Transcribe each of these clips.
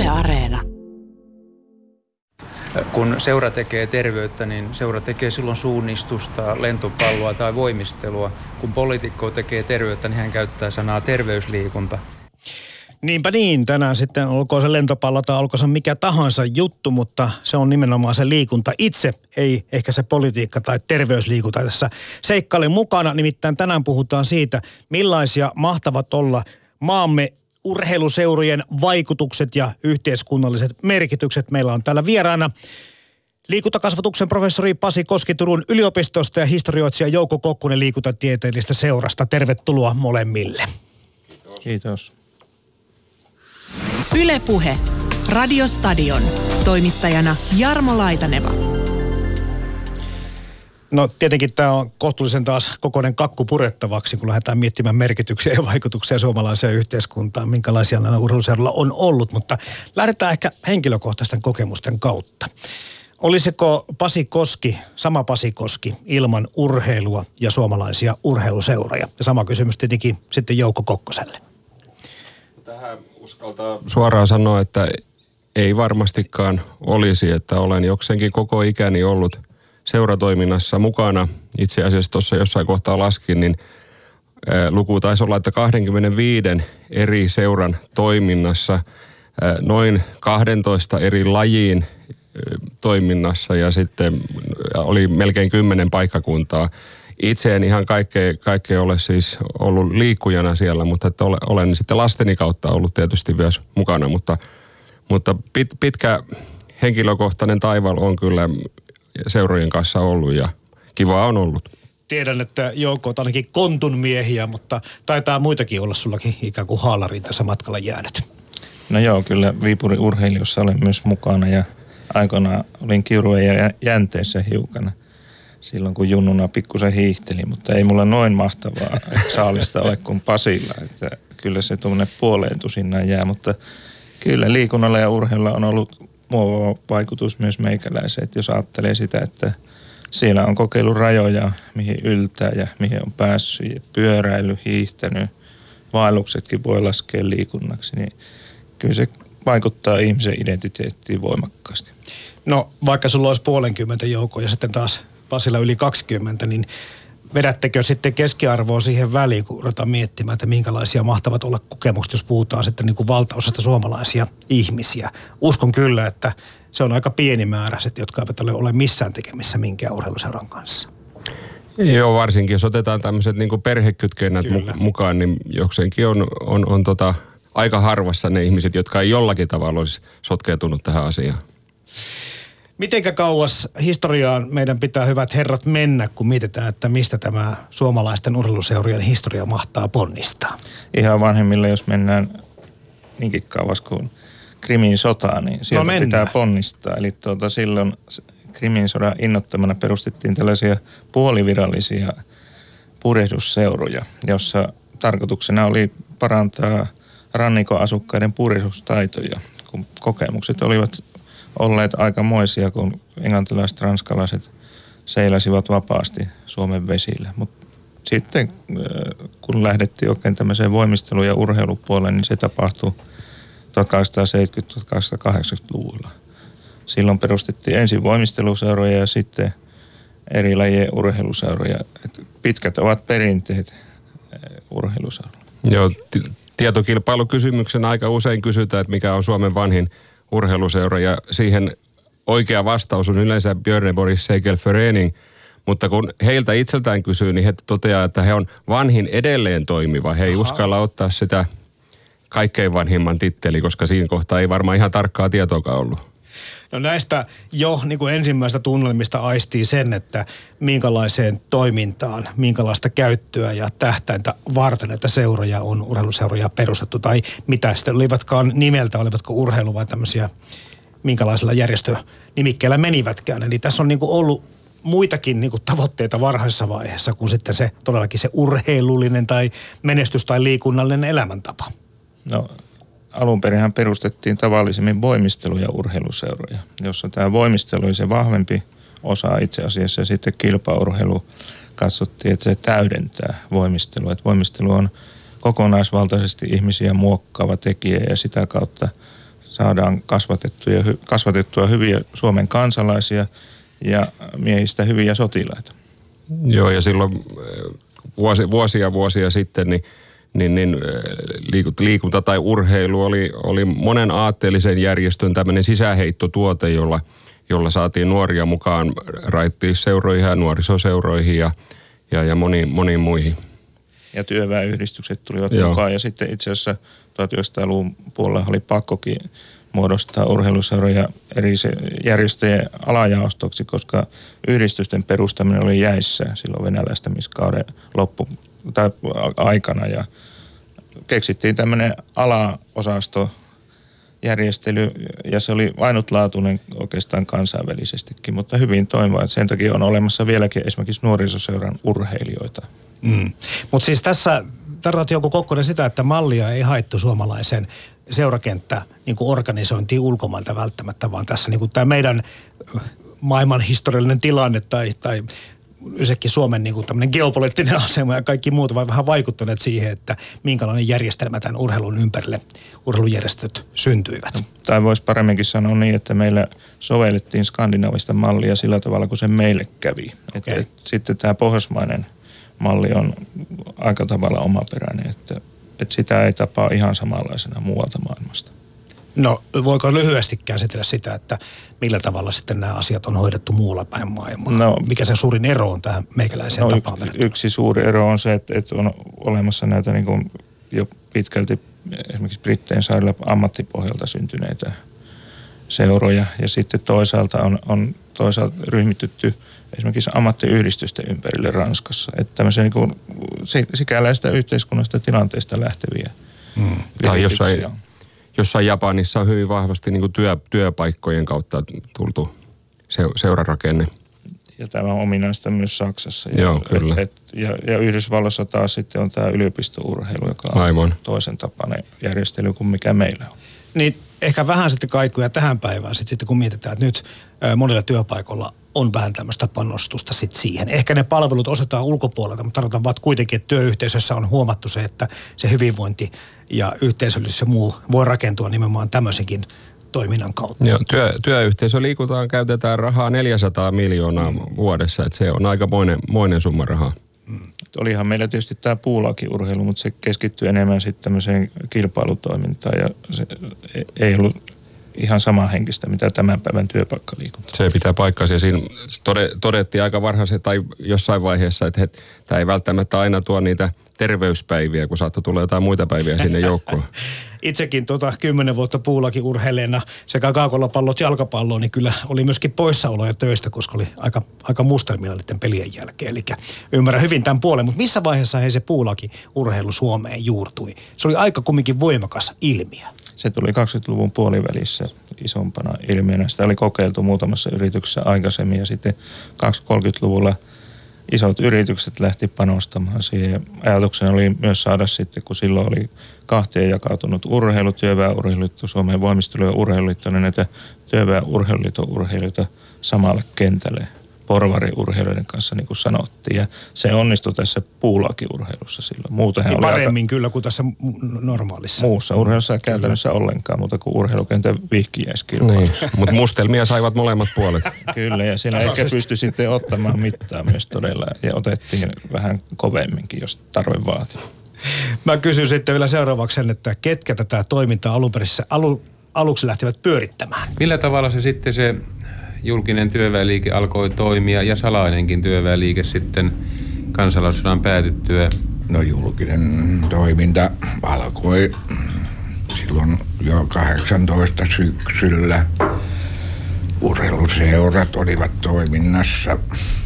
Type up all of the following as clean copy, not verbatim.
Yle Areena. Kun seura tekee terveyttä, niin seura tekee silloin suunnistusta, lentopalloa tai voimistelua. Kun poliitikko tekee terveyttä, niin hän käyttää sanaa terveysliikunta. Niinpä niin, tänään sitten olkoon se lentopallo tai olkoon se mikä tahansa juttu, mutta se on nimenomaan se liikunta itse, ei ehkä se politiikka tai terveysliikunta tässä seikkailun mukana. Nimittäin tänään puhutaan siitä, millaisia mahtavat olla maamme urheiluseurojen vaikutukset ja yhteiskunnalliset merkitykset. Meillä on täällä vieraana liikuntakasvatuksen professori Pasi Koski Turun yliopistosta ja historioitsija Jouko Kokkonen liikuntatieteellisestä seurasta. Tervetuloa molemmille. Kiitos. Yle Puhe. Radiostadion. Toimittajana Jarmo Laitaneva. No tietenkin tämä on kohtuullisen taas kokoinen kakku purettavaksi, kun lähdetään miettimään merkityksiä ja vaikutuksia suomalaiseen yhteiskuntaan, minkälaisia näillä urheiluseuroilla on ollut, mutta lähdetään ehkä henkilökohtaisten kokemusten kautta. Olisiko Pasi Koski, sama Pasi Koski, ilman urheilua ja suomalaisia urheiluseuroja? Ja sama kysymys tietenkin sitten Jouko Kokkoselle. Tähän uskaltaa suoraan sanoa, että ei varmastikaan olisi, että olen jokseenkin koko ikäni ollut seuratoiminnassa mukana. Itse asiassa tuossa jossain kohtaa laskin, niin luku taisi olla, että 25 eri seuran toiminnassa, noin 12 eri lajiin toiminnassa ja sitten oli melkein 10 paikkakuntaa. Itse en ihan kaikkea ole siis ollut liikkujana siellä, mutta että olen sitten lasteni kautta ollut tietysti myös mukana, mutta pitkä henkilökohtainen taival on kyllä seurojen kanssa ollut ja kivaa on ollut. Tiedän, että Jouko on ainakin kontun miehiä, mutta taitaa muitakin olla sullakin ikään kuin haalariin tässä matkalla jäänyt. No joo, kyllä Viipurin urheilijoissa olen myös mukana ja aikoinaan olin Kiuruven ja Jänteessä hiukan silloin, kun junnuna pikkusen hiihteli, mutta ei mulla noin mahtavaa saalista ole kuin Pasilla, että kyllä se tuommoinen puoleen tusinaan jää, mutta kyllä liikunnalla ja urheilulla on ollut muovava vaikutus myös meikäläiseen, että jos ajattelee sitä, että siellä on kokeillut rajoja, mihin yltää ja mihin on päässyt, pyöräily, hiihtänyt, vaelluksetkin voi laskea liikunnaksi, niin kyllä se vaikuttaa ihmisen identiteettiin voimakkaasti. No vaikka sulla olisi 50 Joukoa ja sitten taas Pasilla yli 20, niin vedättekö sitten keskiarvoa siihen väliin, kun ruvetaan miettimään, että minkälaisia mahtavat olla kokemukset, jos puhutaan sitten niin kuin valtaosasta suomalaisia ihmisiä. Uskon kyllä, että se on aika pieni määrä, jotka eivät ole missään tekemissä minkään urheiluseuran kanssa. Joo, varsinkin jos otetaan tämmöiset niin kuin perhekytkennät mukaan, niin jokseenkin on aika harvassa ne ihmiset, jotka ei jollakin tavalla olisi sotkeutunut tähän asiaan. Mitenkä kauas historiaan meidän pitää, hyvät herrat, mennä, kun mietitään, että mistä tämä suomalaisten urheiluseurojen historia mahtaa ponnistaa? Ihan vanhemmille, jos mennään niinkin kauas kuin Krimin sotaan, niin sieltä pitää ponnistaa. Eli silloin Krimin sodan innoittamana perustettiin tällaisia puolivirallisia purjehdusseuroja, jossa tarkoituksena oli parantaa rannikon asukkaiden purjehdustaitoja, kun kokemukset olivat olleet aikamoisia, kun englantilaiset, ranskalaiset seilasivat vapaasti Suomen vesillä. Mutta sitten kun lähdettiin oikein tämmöiseen voimistelu- ja urheilupuoleen, niin se tapahtui 1870-1880-luvulla. Silloin perustettiin ensin voimisteluseuroja ja sitten eri lajien urheiluseuroja. Et pitkät ovat perinteet urheiluseuroilla. Joo, tietokilpailukysymyksen aika usein kysytään, että mikä on Suomen vanhin urheiluseura, ja siihen oikea vastaus on yleensä Björneborgs Segelförening, mutta kun heiltä itseltään kysyy, niin he toteaa, että he on vanhin edelleen toimiva. He ei uskalla ottaa sitä kaikkein vanhimman titteli, koska siinä kohtaa ei varmaan ihan tarkkaa tietoakaan ollut. No näistä jo niin kuin ensimmäistä tunnelmista aistii sen, että minkälaiseen toimintaan, minkälaista käyttöä ja tähtäintä varten, että seuroja on urheiluseuroja perustettu, tai mitä sitten olivatkaan nimeltä, olivatko urheilu vai tämmöisiä, minkälaisella järjestönimikkeellä menivätkään. Eli tässä on niin kuin ollut muitakin niin kuin tavoitteita varhaisessa vaiheessa kuin sitten se todellakin se urheilullinen tai menestys- tai liikunnallinen elämäntapa. No alun perinhän perustettiin tavallisemmin voimistelu- ja urheiluseuroja, jossa tämä voimistelu oli se vahvempi osa itse asiassa, ja sitten kilpaurheilu katsottiin, että se täydentää voimistelua. Että voimistelu on kokonaisvaltaisesti ihmisiä muokkaava tekijä ja sitä kautta saadaan kasvatettua hyviä Suomen kansalaisia ja miehistä hyviä sotilaita. Joo, ja silloin vuosia sitten niin liikunta tai urheilu oli monen aatteellisen järjestön tämmöinen sisäheittotuote, jolla saatiin nuoria mukaan raittiisseuroihin ja nuorisoseuroihin ja moniin muihin. Ja työväenyhdistykset tulivat mukaan, ja sitten itse asiassa 1900-luvun puolella oli pakkokin muodostaa urheiluseuroja eri järjestöjen alajaostoksi, koska yhdistysten perustaminen oli jäissä silloin venäläistämiskauden aikana, ja keksittiin tämmöinen alaosastojärjestely, ja se oli ainutlaatuinen oikeastaan kansainvälisestikin, mutta hyvin toimiva. Sen takia on olemassa vieläkin esimerkiksi nuorisoseuran urheilijoita. Mutta siis tässä tarkoitat Jouko Kokkonen sitä, että mallia ei haettu suomalaiseen seurakenttä niin kuin organisointiin ulkomailta välttämättä, vaan tässä niin kuin tämä meidän maailman historiallinen tilanne tai yleensäkin Suomen niin kuin tämmöinen geopoliittinen asema ja kaikki muut ovat vähän vaikuttaneet siihen, että minkälainen järjestelmä tämän urheilun ympärille urheilujärjestöt syntyivät. Tai voisi paremminkin sanoa niin, että meillä sovellettiin skandinaavista mallia sillä tavalla, kun se meille kävi. Okay. Sitten tämä pohjoismainen malli on aika tavalla omaperäinen, että sitä ei tapaa ihan samanlaisena muualta maailmasta. No, voiko lyhyesti käsitellä sitä, että millä tavalla sitten nämä asiat on hoidettu muualla päin maailmaa? No, mikä se suurin ero on tähän meikäläiseen tapaan verrattuna? Yksi suuri ero on se, että on olemassa näitä niin kuin jo pitkälti esimerkiksi Brittein saarilla ammattipohjalta syntyneitä seuroja. Ja sitten toisaalta on ryhmitytty esimerkiksi ammattiyhdistysten ympärille Ranskassa. Että tämmöisiä niin kuin sikäläistä yhteiskunnasta tilanteesta lähteviä tai jossain Japanissa on hyvin vahvasti niin kuin työpaikkojen kautta tultu seurarakenne. Ja tämä on ominaista myös Saksassa. Joo, kyllä. Ja Yhdysvalloissa taas sitten on tämä yliopistourheilu, joka on aivan toisen tapainen järjestely kuin mikä meillä on. Niin ehkä vähän sitten kaikuja tähän päivään sitten kun mietitään, että nyt monilla työpaikoilla on vähän tämmöistä panostusta sitten siihen. Ehkä ne palvelut osataan ulkopuolelta, mutta tarkoitan vaan kuitenkin, että työyhteisössä on huomattu se, että se hyvinvointi ja yhteisöllisyys ja muu voi rakentua nimenomaan tämmöisenkin toiminnan kautta. Joo, työyhteisöliikuntaan käytetään rahaa 400 miljoonaa vuodessa, että se on aika moinen summa rahaa. Olihan meillä tietysti tämä puulakiurheilu, mutta se keskittyy enemmän sitten tämmöiseen kilpailutoimintaan ja se ei ollut ihan samanhenkistä, mitä tämän päivän työpaikkaliikunta. Se pitää paikkansa ja siinä todettiin aika varhaisen tai jossain vaiheessa, että tämä ei välttämättä aina tuo niitä terveyspäiviä, kun saattoi tulla jotain muita päiviä sinne joukkoon. Itsekin 10 vuotta puulakin urheilijana sekä kaakolapallo että jalkapallo, niin kyllä oli myöskin poissaoloja töistä, koska oli aika mustelmilla niiden pelien jälkeen. Eli ymmärrän hyvin tämän puolen, mutta missä vaiheessa se puulakin urheilu Suomeen juurtui? Se oli aika kumminkin voimakas ilmiö. Se tuli 20-luvun puolivälissä isompana ilmiönä. Sitä oli kokeiltu muutamassa yrityksessä aikaisemmin ja sitten 20-30-luvulla isot yritykset lähti panostamaan siihen. Ajatuksena oli myös saada sitten, kun silloin oli kahteen jakautunut urheilu, työväenurheiluliitto, Suomen voimistelu- ja urheiluliitto, niin näitä työväenurheiluliiton urheilijoita samalle kentälle porvariurheilijoiden kanssa, niin kuin sanottiin. Ja se onnistui tässä puulakiurheilussa silloin. Muutenhan niin oli paremmin kyllä kuin tässä normaalissa. Muussa urheilussa ei käytännössä ollenkaan, muuta kuin urheilukentän vihkijäiskilpailussa. Niin, mutta mustelmia saivat molemmat puolet. Kyllä, ja siellä ehkä pystyi sitten ottamaan mittaa myös todella. Ja otettiin vähän kovemminkin, jos tarve vaati. Mä kysyn sitten vielä seuraavaksi sen, että ketkä tätä toimintaa aluksi lähtivät pyörittämään? Millä tavalla se julkinen työväenliike alkoi toimia ja salainenkin työväenliike sitten kansalaissodan päätyttyä? No julkinen toiminta alkoi silloin jo 18 syksyllä. Urheiluseurat olivat toiminnassa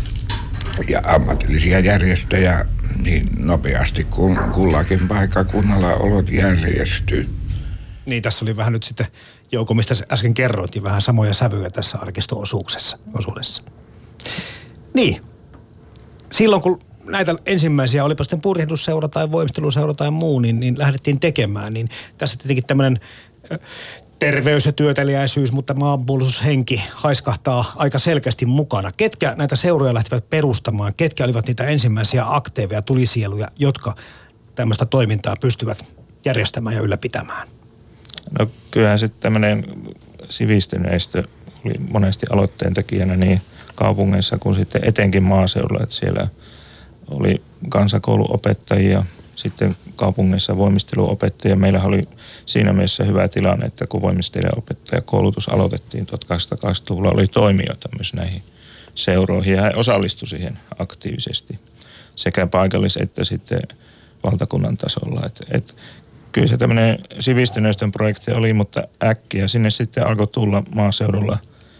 ja ammatillisia järjestöjä niin nopeasti kuin kullakin paikkakunnalla olot järjestyi. Niin, tässä oli vähän nyt sitten Jouko, mistä äsken kerroitiin, vähän samoja sävyjä tässä arkisto-osuudessa. Niin, silloin kun näitä ensimmäisiä, olipa sitten purjehdusseura tai voimisteluseura tai muu, niin lähdettiin tekemään, niin tässä tietenkin tämmöinen terveys- ja työteliäisyys, mutta maanpuolustushenki haiskahtaa aika selkeästi mukana. Ketkä näitä seuroja lähtivät perustamaan? Ketkä olivat niitä ensimmäisiä aktiiveja, tulisieluja, jotka tämmöistä toimintaa pystyvät järjestämään ja ylläpitämään? No kyllähän sitten tämmöinen sivistyneistö oli monesti aloitteen tekijänä niin kaupungeissa kuin sitten etenkin maaseudulla, että siellä oli kansakouluopettajia, sitten kaupungeissa voimisteluopettajia. Meillä oli siinä mielessä hyvä tilanne, että kun voimistelijaopettajakoulutus aloitettiin 1880-luvulla, oli toimijoita myös näihin seuroihin ja he osallistuivat siihen aktiivisesti sekä paikallis- että sitten valtakunnan tasolla. Et kyllä se tämmöinen sivistyneistön projekti oli, mutta äkkiä sinne sitten alkoi tulla maaseudulla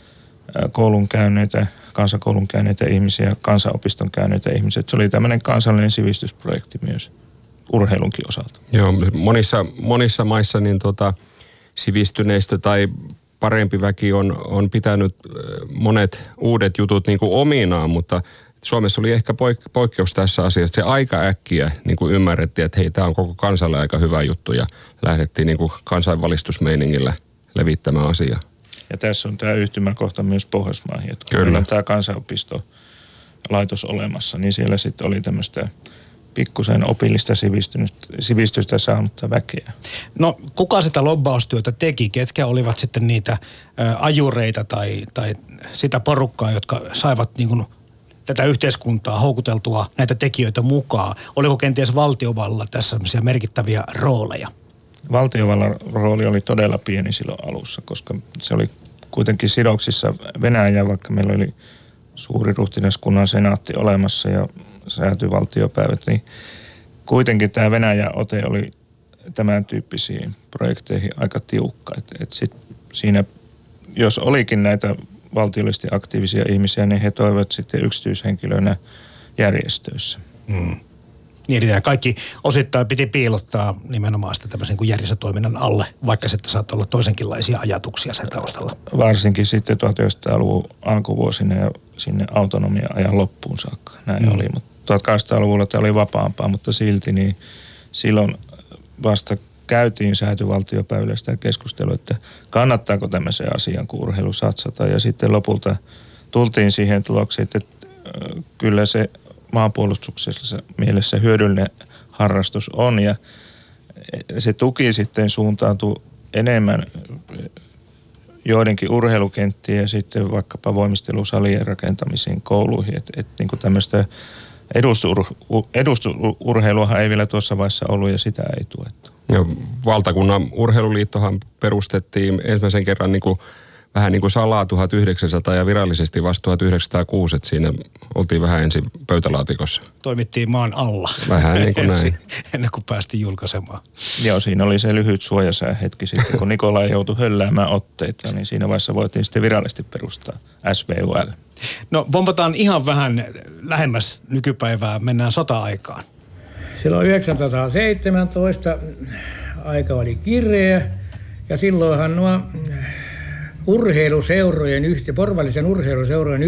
koulun käyneitä, kansakoulun käyneitä ihmisiä, kansanopiston käyneitä ihmisiä. Se oli tämmöinen kansallinen sivistysprojekti myös urheilunkin osalta. Joo, monissa maissa niin sivistyneistö tai parempi väki on pitänyt monet uudet jutut niin kuin ominaan, mutta Suomessa oli ehkä poikkeus tässä asiassa. Se aika äkkiä niin kuin ymmärrettiin, että hei, tämä on koko kansalle aika hyvä juttu ja lähdettiin niin kuin kansainvalistusmeiningillä levittämään asiaa. Ja tässä on tämä yhtymäkohta myös Pohjoismaihin, että kun meillä on tämä kansanopistolaitos olemassa, niin siellä sitten oli tämmöistä pikkusen opillista sivistystä saanutta väkeä. No kuka sitä lobbaustyötä teki? Ketkä olivat sitten niitä ajureita tai sitä porukkaa, jotka saivat niin kuin tätä yhteiskuntaa houkuteltua näitä tekijöitä mukaan? Oliko kenties valtiovallalla tässä sellaisia merkittäviä rooleja? Valtiovallan rooli oli todella pieni silloin alussa, koska se oli kuitenkin sidoksissa Venäjään, vaikka meillä oli suuri ruhtinaskunnan senaatti olemassa ja säätyvaltiopäivät, niin kuitenkin tämä Venäjän ote oli tämän tyyppisiin projekteihin aika tiukka. Et sit siinä, jos olikin näitä valtiollisesti aktiivisia ihmisiä, niin he toivat sitten yksityishenkilöinä järjestöissä. Niin, ja kaikki osittain piti piilottaa nimenomaan sitä tämmöisen kuin järjestötoiminnan alle, vaikka sitten saattoi olla toisenkinlaisia ajatuksia sen taustalla. Varsinkin sitten 1900-luvun alkuvuosina ja sinne autonomia-ajan loppuun saakka näin oli. Mutta 1800-luvulla tämä oli vapaampaa, mutta silti niin silloin vasta käytiin säätyvaltiopäivillä sitä keskustelua, että kannattaako tämmöiseen asiaan kuin urheilu satsata. Ja sitten lopulta tultiin siihen tulokseen, että kyllä se maanpuolustuksessa mielessä hyödyllinen harrastus on ja se tuki sitten suuntaantui enemmän joidenkin urheilukenttiin ja sitten vaikkapa voimistelusalien rakentamisiin kouluihin, että niin kuin tämmöistä edustusurheiluahan ei vielä tuossa vaiheessa ollut ja sitä ei tuettu. Ja valtakunnan urheiluliittohan perustettiin ensimmäisen kerran niin kuin vähän niin kuin salaa 1900 ja virallisesti vasta 1906, että siinä oltiin vähän ensin pöytälaatikossa. Toimittiin maan alla. Vähän niin kuin näin. Ennen kuin päästiin julkaisemaan. Joo, siinä oli se lyhyt suojasää hetki sitten, kun Nikolai joutui hölläämään otteita, niin siinä vaiheessa voitiin sitten virallisesti perustaa SVUL. No pompataan ihan vähän lähemmäs nykypäivää, mennään sota-aikaan. Silloin 1917 aika oli kireä ja silloinhan nuo urheiluseurojen, porvallisen urheiluseurojen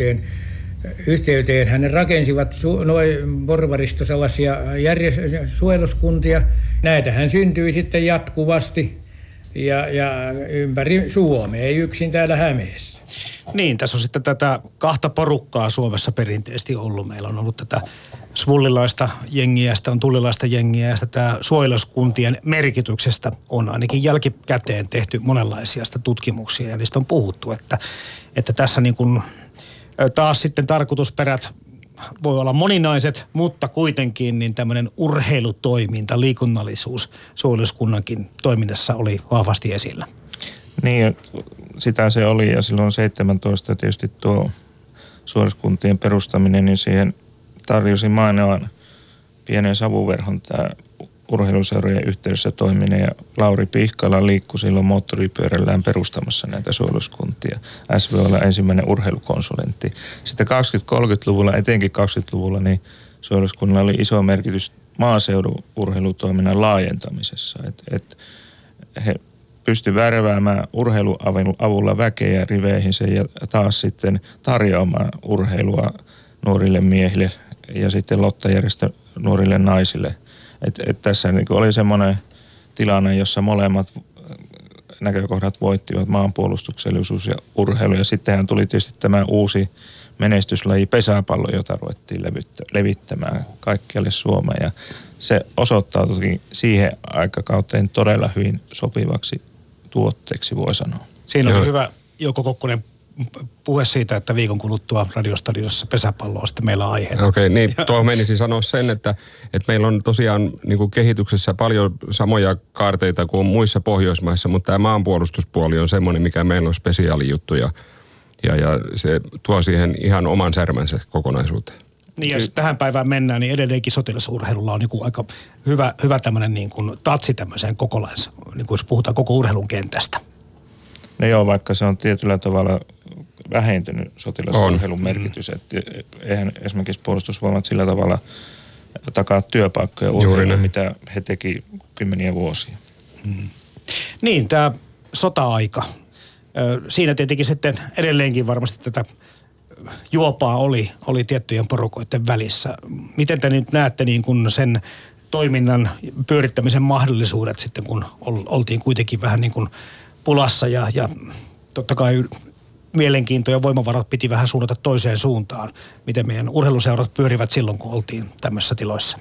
yhteyteen hän rakensivat noin porvarista sellaisia suojeluskuntia. Näitähän syntyi sitten jatkuvasti ja ympäri Suomea, ei yksin täällä Hämeessä. Niin, tässä on sitten tätä kahta porukkaa Suomessa perinteisesti ollut. Meillä on ollut tätä svullilaista jengiä, sitä on tullilaista jengiä ja tämä suojeluskuntien merkityksestä on ainakin jälkikäteen tehty monenlaisia sitä tutkimuksia ja niistä on puhuttu, että tässä niin kuin taas sitten tarkoitusperät voi olla moninaiset, mutta kuitenkin niin tämmöinen urheilutoiminta, liikunnallisuus suojeluskunnankin toiminnassa oli vahvasti esillä. Niin, sitä se oli ja silloin 17 tietysti tuo suojeluskuntien perustaminen, niin siihen tarjosi mainoan pienen savuverhon tämä urheiluseurojen yhteydessä toiminen ja Lauri Pihkala liikkui silloin moottoripyörällään perustamassa näitä suojeluskuntia. SVOlla ensimmäinen urheilukonsulentti. Sitten 20-30-luvulla, etenkin 20-luvulla, niin suojeluskunnalla oli iso merkitys maaseudun urheilutoiminnan laajentamisessa. Et he pystyivät värväämään urheiluavun avulla väkeä riveihinsä ja taas sitten tarjoamaan urheilua nuorille miehille ja sitten lottajärjestö nuorille naisille. Et tässä niin oli semmoinen tilanne, jossa molemmat näkökohdat voittivat, maanpuolustuksellisuus ja urheilu. Ja sittenhän tuli tietysti tämä uusi menestyslaji pesäpallo, jota ruvettiin levittämään kaikkialle Suomeen. Ja se osoittautui siihen aikakauteen todella hyvin sopivaksi tuotteeksi, voi sanoa. Siinä oli hyvä Jouko Kokkonen puhe siitä, että viikon kuluttua Radiostadiossa pesäpallo on sitten meillä aiheena. Okei, niin tuohon menisin sanoa sen, että meillä on tosiaan niin kuin kehityksessä paljon samoja kaarteita kuin muissa Pohjoismaissa, mutta tämä maanpuolustuspuoli on semmoinen, mikä meillä on spesiaalijuttu ja se tuo siihen ihan oman särmänsä kokonaisuuteen. Niin ja tähän päivään mennään, niin edelleenkin sotilasurheilulla on niin kuin aika hyvä tämmöinen niin kuin tatsi tämmöiseen niin kuin jos puhutaan koko urheilun kentästä. No joo, vaikka se on tietyllä tavalla vähentynyt sotilasurheilun merkitys, että eihän esimerkiksi puolustusvoimat sillä tavalla takaa työpaikkoja urheiluun, mitä he teki kymmeniä vuosia. Niin, tämä sota-aika. Siinä tietenkin sitten edelleenkin varmasti tätä juopaa oli tiettyjen porukoiden välissä. Miten te nyt näette niin kuin sen toiminnan pyörittämisen mahdollisuudet sitten, kun oltiin kuitenkin vähän niin kuin pulassa ja totta kai mielenkiinto ja voimavarat piti vähän suunnata toiseen suuntaan. Miten meidän urheiluseurat pyörivät silloin, kun oltiin tämmöisissä tiloissa?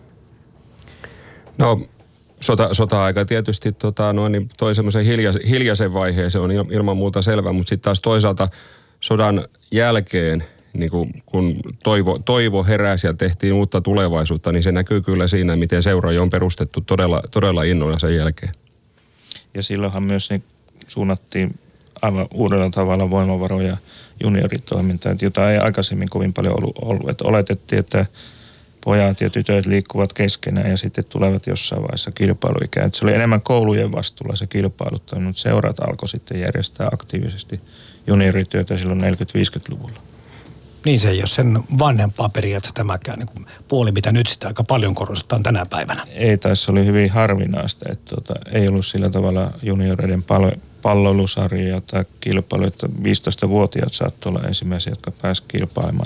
No sota-aika tietysti toi semmoisen hiljaisen vaiheen, se on ilman muuta selvä, mutta sitten taas toisaalta sodan jälkeen, niin kun toivo heräsi ja tehtiin uutta tulevaisuutta, niin se näkyy kyllä siinä, miten seuroja on perustettu todella innolla sen jälkeen. Ja silloinhan myös niin suunnattiin aivan uudella tavalla voimavaroja junioritoimintaan, jota ei aikaisemmin kovin paljon ollut. Että oletettiin, että pojat ja tytöt liikkuvat keskenään ja sitten tulevat jossain vaiheessa kilpailuikään. Että se oli enemmän koulujen vastuulla se kilpailuttaminen, mutta seurat alkoi sitten järjestää aktiivisesti juniorityötä silloin 40-50-luvulla. Niin se ei ole sen vanhempaa periaatteessa tämäkään niin puoli, mitä nyt sitä aika paljon korostetaan tänä päivänä. Ei, tai se oli hyvin harvinaista, että ei ollut sillä tavalla junioreiden palloilusarjoja tai kilpailuja, että 15-vuotiaat saattoi olla ensimmäisiä, jotka pääsivät kilpailemaan.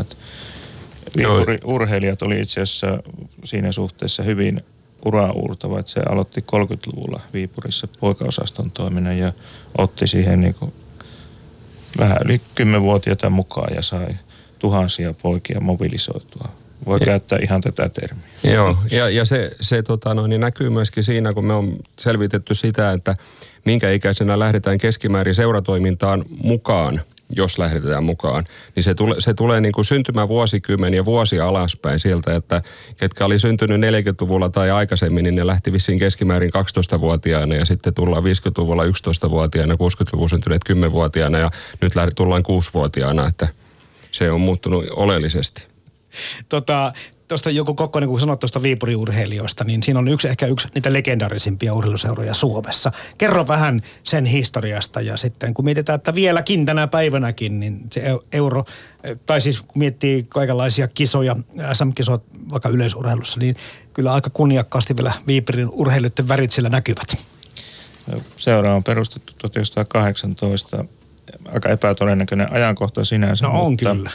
Urheilijat oli itse asiassa siinä suhteessa hyvin ura-uurtava, että se aloitti 30-luvulla Viipurissa poikaosaston toiminnan ja otti siihen niin kuin vähän yli 10-vuotiaita mukaan ja sai tuhansia poikia mobilisoitua. Voi käyttää ihan tätä termiä. Joo, ja se näkyy myöskin siinä, kun me on selvitetty sitä, että minkä ikäisenä lähdetään keskimäärin seuratoimintaan mukaan, jos lähdetään mukaan, niin se tulee niin kuin syntymävuosikymmen ja vuosia alaspäin sieltä, että ketkä oli syntynyt 40-luvulla tai aikaisemmin, niin ne lähti vissiin keskimäärin 12-vuotiaana ja sitten tullaan 50-luvulla 11-vuotiaana, 60-luvulla syntyneet 10-vuotiaana ja nyt tullaan 6-vuotiaana, että se on muuttunut oleellisesti. Tuosta Jouko Kokkonen, kun sanoit tuosta Viipuri-urheilijoista, niin siinä on ehkä yksi niitä legendaarisimpia urheiluseuroja Suomessa. Kerro vähän sen historiasta ja sitten kun mietitään, että vieläkin tänä päivänäkin, niin se euro, tai siis kun miettii kaikenlaisia kisoja, SM-kisoja vaikka yleisurheilussa, niin kyllä aika kunniakkaasti vielä Viipurin urheilijoiden värit sillä näkyvät. Seura on perustettu 1918, aika epätodennäköinen ajankohta sinänsä. No on kyllä.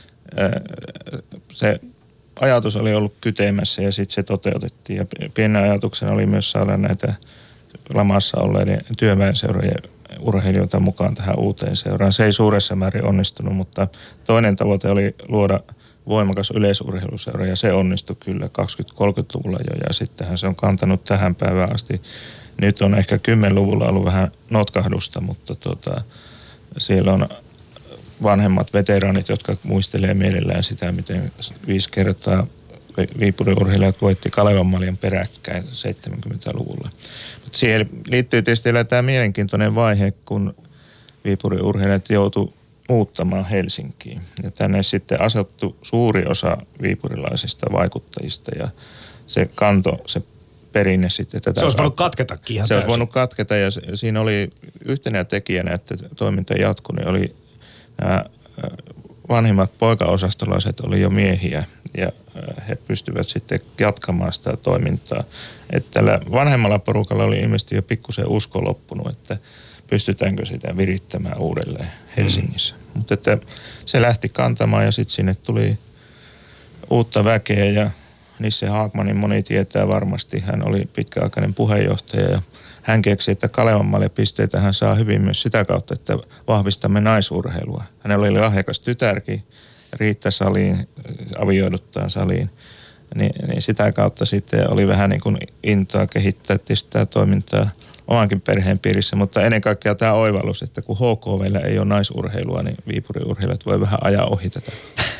Se ajatus oli ollut kytemässä ja sitten se toteutettiin. Ja pienen ajatuksena oli myös saada näitä lamassa olleiden työväenseurojen urheilijoita mukaan tähän uuteen seuraan. Se ei suuressa määrin onnistunut, mutta toinen tavoite oli luoda voimakas yleisurheiluseura ja se onnistui kyllä 20-30-luvulla jo ja sittenhän se on kantanut tähän päivään asti. Nyt on ehkä 10-luvulla ollut vähän notkahdusta, mutta siellä on vanhemmat veteraanit, jotka muistelee mielellään sitä, miten 5 kertaa Viipurin urheilijat voitti Kalevan maljan peräkkäin 70-luvulla. Mutta siihen liittyy tietysti vielä tämä mielenkiintoinen vaihe, kun Viipurin urheilijat joutui muuttamaan Helsinkiin. Ja tänne sitten asettui suuri osa viipurilaisista vaikuttajista ja se kanto, se perinne sitten tätä. Se olisi voinut katketakin ihan täysin. Se olisi voinut katketa ja siinä oli yhtenä tekijänä, että toiminta jatkui, niin oli nämä vanhimmat poikaosastolaiset oli jo miehiä ja he pystyvät sitten jatkamaan sitä toimintaa. Että tällä vanhemmalla porukalla oli ilmeisesti jo pikkusen usko loppunut, että pystytäänkö sitä virittämään uudelleen Helsingissä. Mutta että se lähti kantamaan ja sitten sinne tuli uutta väkeä ja Nisse Haagmanin moni tietää varmasti. Hän oli pitkäaikainen puheenjohtaja ja hän keksi, että Kalevan pisteitä hän saa hyvin myös sitä kautta, että vahvistamme naisurheilua. Hänellä oli lahjakas tytärkin, Riitta Salin, avioiduttaan Saliin. Niin sitä kautta sitten oli vähän niin kuin intoa kehittää sitä toimintaa omankin perheen piirissä, mutta ennen kaikkea tämä oivallus, että kun HKV:llä ei ole naisurheilua, niin Viipurin urheilijat voi vähän ajaa ohi tätä.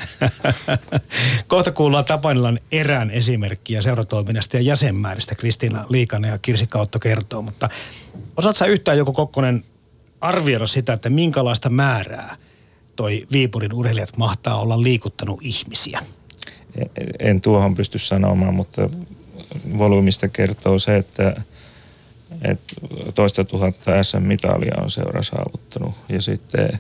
Kohta kuullaan Tapanilan erään esimerkkiä seuratoiminnasta ja jäsenmääristä. Kristiina Liikanen ja Kirsi Kautto kertoo, mutta osaatko sä yhtään Jouko Kokkonen arvioida sitä, että minkälaista määrää toi Viipurin urheilijat mahtaa olla liikuttanut ihmisiä? En tuohon pysty sanomaan, mutta volyymista kertoo se, että 200,000 SM-mitalia on seura saavuttanut. Ja sitten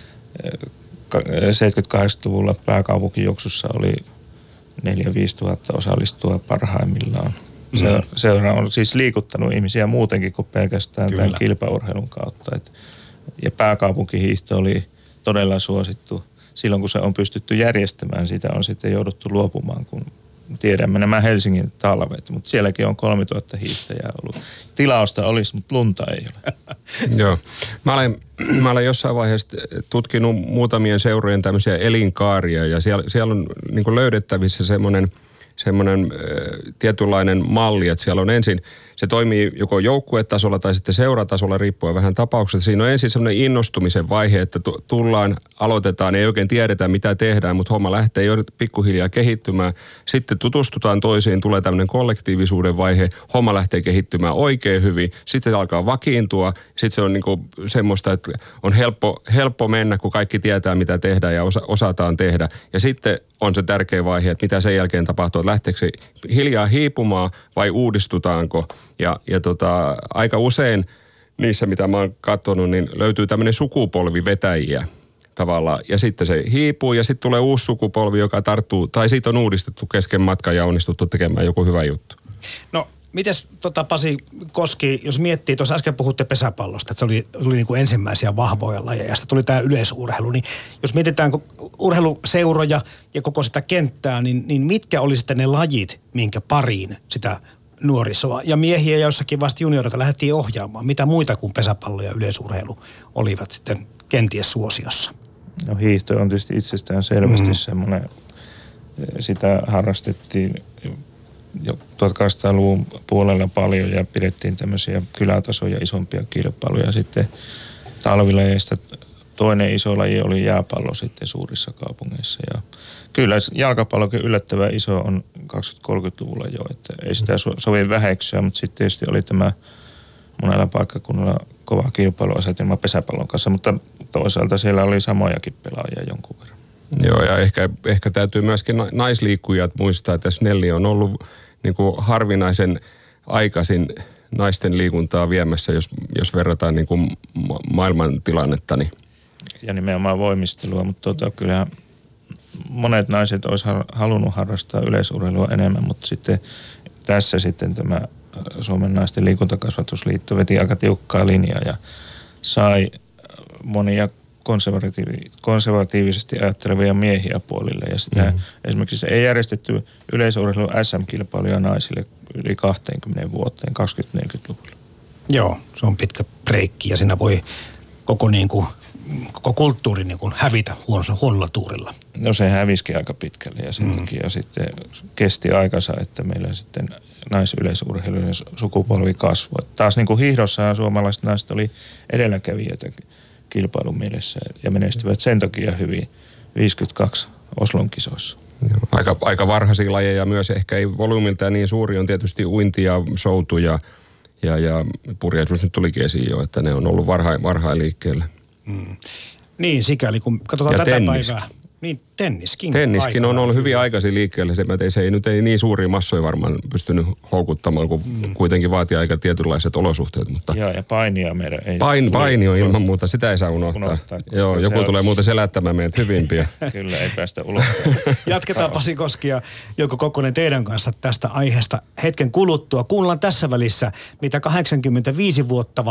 70-80-luvulla pääkaupunkijuoksussa oli 4-5 tuhatta osallistujaa parhaimmillaan. Seura on siis liikuttanut ihmisiä muutenkin kuin pelkästään Kyllä. tämän kilpaurheilun kautta. Ja pääkaupunkihiihto oli todella suosittu. Silloin kun se on pystytty järjestämään, sitä on sitten jouduttu luopumaan, kun tiedämme nämä Helsingin talvet. Mutta sielläkin on 3000 hiihtäjää ollut. Tilausta olisi, mutta lunta ei ole. Joo. Mä olen jossain vaiheessa tutkinut muutamien seurojen tämmöisiä elinkaaria ja siellä on niin kuin löydettävissä semmoinen tietynlainen malli, että siellä on ensin, se toimii joko joukkuetasolla tai sitten seuratasolla riippuen vähän tapauksesta. Siinä on ensin semmoinen innostumisen vaihe, että aloitetaan, ei oikein tiedetä mitä tehdään, mutta homma lähtee jo pikkuhiljaa kehittymään. Sitten tutustutaan toisiin, tulee tämmöinen kollektiivisuuden vaihe, homma lähtee kehittymään oikein hyvin. Sitten se alkaa vakiintua, sitten se on niinku semmoista, että on helppo mennä, kun kaikki tietää mitä tehdään ja osataan tehdä. Ja sitten on se tärkeä vaihe, että mitä sen jälkeen tapahtuu, että lähteekö se hiljaa hiipumaan vai uudistutaanko. Ja aika usein niissä, mitä mä oon katsonut, niin löytyy tämmöinen sukupolvi vetäjiä tavallaan. Ja sitten se hiipuu ja sitten tulee uusi sukupolvi, joka tarttuu, tai siitä on uudistettu kesken matkan ja onnistuttu tekemään joku hyvä juttu. No, mites Pasi Koski, jos miettii, tuossa äsken puhutte pesäpallosta, että se oli niin kuin ensimmäisiä vahvoja lajeja, ja sitten tuli tämä yleisurheilu, niin jos mietitään urheiluseuroja ja koko sitä kenttää, niin mitkä oli sitten ne lajit, minkä pariin sitä nuorisoa ja miehiä jossakin vasta juniorilta lähdettiin ohjaamaan? Mitä muita kuin pesäpallo ja yleisurheilu olivat sitten kenties suosiossa? No hiihto on tietysti itsestään selvästi semmoinen, sitä harrastettiin jo 1800-luvun puolella paljon ja pidettiin tämmöisiä kylätasoja isompia kilpailuja. Sitten talvilajeista toinen iso laji oli jääpallo sitten suurissa kaupungeissa. Ja kyllä jalkapallokin yllättävän iso on 20-30-luvulla jo, että ei sitä sovi väheksyä, mutta sitten tietysti oli tämä monella paikkakunnalla kova kilpailuasetelma pesäpallon kanssa, mutta toisaalta siellä oli samojakin pelaajia jonkun verran. Joo, ja ehkä täytyy myöskin naisliikkujat muistaa, että Snelli on ollut niin kuin harvinaisen aikaisin naisten liikuntaa viemässä, jos verrataan niin kuin maailman tilannetta. Niin. Ja nimenomaan voimistelua, mutta kyllähän monet naiset olisi halunnut harrastaa yleisurheilua enemmän, mutta sitten tässä sitten tämä Suomen naisten liikuntakasvatusliitto veti aika tiukkaa linjaa ja sai monia konservatiivisesti ajattelevia miehiä puolille. Ja sitä esimerkiksi ei järjestetty yleisurheilun SM-kilpailuja naisille yli 20 vuoteen 20-40-luvulla. Joo, se on pitkä breikki ja siinä voi koko kulttuuri hävitä huonolla tuurilla. No se hävisikin aika pitkälle ja sen takia sitten kesti aikansa, että meillä sitten naisyleisurheilujen sukupolvi kasvoi. Taas niin kuin hiihdossa suomalaiset naiset oli edelläkävijöitä kilpailun mielessä ja menestyvät sen takia hyvin 52 Oslon kisoissa. Joo, aika varhaisia lajeja myös, ehkä ei volyymiltään niin suuri, on tietysti uinti ja soutu ja purjehdus nyt tulikin esiin jo, että ne on ollut varhain liikkeelle. Niin, sikäli kun katsotaan ja tätä tennis. Päivää. Niin, tenniskin. Tenniskin on ollut hyvin aikaisin liikkeelle. Se ei niin suuria massoja varmaan pystynyt houkuttamaan, kun kuitenkin vaatii aika tietynlaiset olosuhteet. Mutta ja painia meidän ei... Paini on ilman muuta, sitä ei saa unohtaa. Joo, joku tulee muuten selättämään meidät hyvimpiä. Kyllä, ei päästä ulos. Jatketaan Pasi Koski ja Jouko Kokkonen teidän kanssa tästä aiheesta hetken kuluttua. Kuunnellaan tässä välissä, mitä 85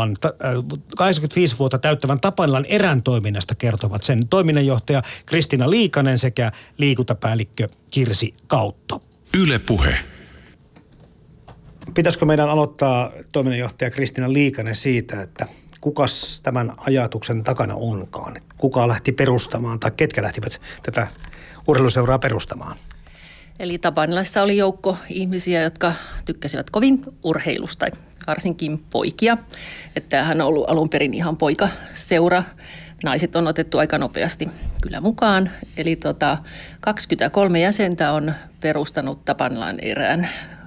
vuotta täyttävän Tapanilan erän toiminnasta kertovat sen toiminnanjohtaja Kristiina Liikanen sekä liikuntapäällikkö Kirsi Kautto. Yle Puhe. Pitäisikö meidän aloittaa toiminnanjohtaja Kristiina Liikanen siitä, että kukas tämän ajatuksen takana onkaan? Kuka lähti perustamaan tai ketkä lähtivät tätä urheiluseuraa perustamaan? Eli Tapanilassa oli joukko ihmisiä, jotka tykkäsivät kovin urheilusta, varsinkin poikia. Että tämähän on ollut alun perin ihan poikaseura. Naiset on otettu aika nopeasti kyllä mukaan. Eli 23 jäsentä on perustanut Tapanilan erään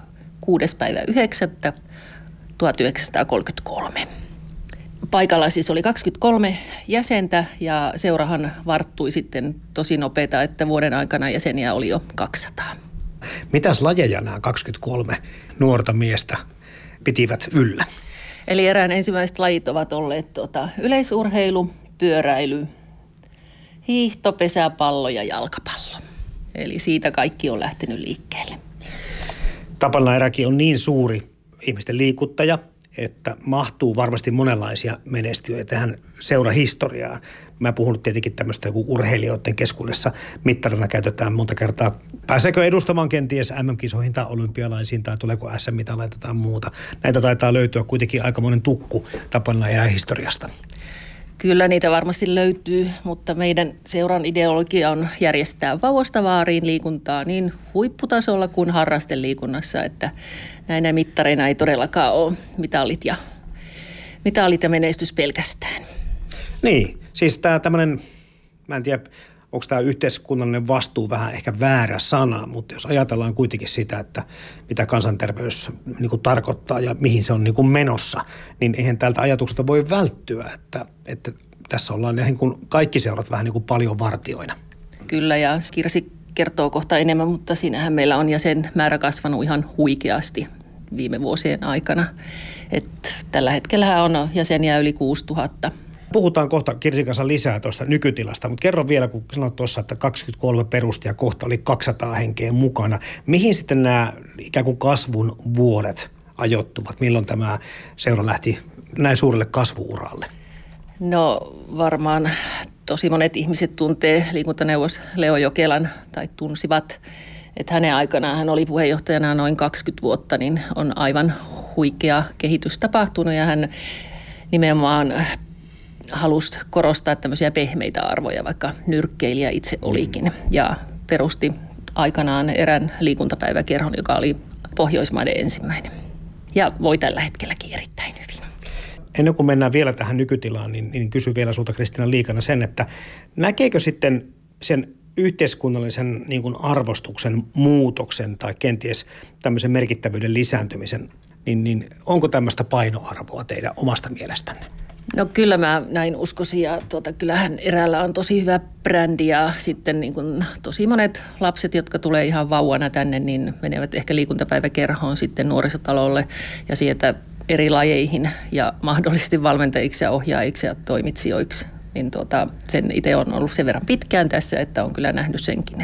6.9.1933. Paikalla siis oli 23 jäsentä ja seurahan varttui sitten tosi nopeata, että vuoden aikana jäseniä oli jo 200. Mitäs lajeja nämä 23 nuorta miestä pitivät yllä? Eli erään ensimmäiset lajit ovat olleet yleisurheilu, pyöräily, hiihto, pesäpallo ja jalkapallo. Eli siitä kaikki on lähtenyt liikkeelle. Tapanilan eräkin on niin suuri ihmisten liikuttaja, että mahtuu varmasti monenlaisia menestyjiä tähän seurahistoriaan. Mä puhun tietenkin tämmöistä urheilijoiden keskuudessa mittarina käytetään monta kertaa. Pääseekö edustamaan kenties MM-kisoihin tai olympialaisiin tai tuleeko SM-mitaleita tai muuta? Näitä taitaa löytyä kuitenkin aikamoinen tukku Tapanilan erähistoriasta. Kyllä niitä varmasti löytyy, mutta meidän seuran ideologia on järjestää vauvasta vaariin liikuntaa niin huipputasolla kuin harrasteliikunnassa, että näinä mittareina ei todellakaan ole mitalit ja menestys pelkästään. Niin, siis tämä tämmöinen, mä en tiedä, onko tämä yhteiskunnallinen vastuu vähän ehkä väärä sana, mutta jos ajatellaan kuitenkin sitä, että mitä kansanterveys niin kuin tarkoittaa ja mihin se on niin kuin menossa, niin eihän tältä ajatukselta voi välttyä, että tässä ollaan niin kuin kaikki seurat vähän niin kuin paljon vartioina. Kyllä, ja Kirsi kertoo kohta enemmän, mutta siinähän meillä on jäsenmäärä kasvanut ihan huikeasti viime vuosien aikana. Että tällä hetkellä on jäseniä yli 6000. Puhutaan kohta Kirsin kanssa lisää tuosta nykytilasta, mutta kerro vielä, kun sanoit tuossa, että 23 perusti ja kohta oli 200 henkeä mukana. Mihin sitten nämä ikään kuin kasvun vuodet ajoittuvat? Milloin tämä seura lähti näin suurelle kasvuuralle? No varmaan tosi monet ihmiset tuntee liikuntaneuvos Leo Jokelan tai tunsivat, että hänen aikanaan hän oli puheenjohtajana noin 20 vuotta, niin on aivan huikea kehitys tapahtunut ja hän nimenomaan halusi korostaa tämmöisiä pehmeitä arvoja, vaikka nyrkkeilijä itse olikin. Ja perusti aikanaan erään liikuntapäiväkerhon, joka oli Pohjoismaiden ensimmäinen. Ja voi tällä hetkelläkin erittäin hyvin. Ennen kuin mennään vielä tähän nykytilaan, niin kysyn vielä sulta Kristiina Liikanen sen, että näkeekö sitten sen yhteiskunnallisen niin kuin arvostuksen muutoksen tai kenties tämmöisen merkittävyyden lisääntymisen, niin onko tämmöistä painoarvoa teidän omasta mielestänne? No kyllä mä näin uskoisin ja kyllähän eräällä on tosi hyvä brändi ja sitten niin kuin tosi monet lapset, jotka tulee ihan vauvana tänne, niin menevät ehkä liikuntapäiväkerhoon sitten nuorisotalolle ja sieltä eri lajeihin ja mahdollisesti valmentajiksi ja ohjaajiksi ja toimitsijoiksi. Niin sen itse on ollut sen verran pitkään tässä, että on kyllä nähnyt senkin,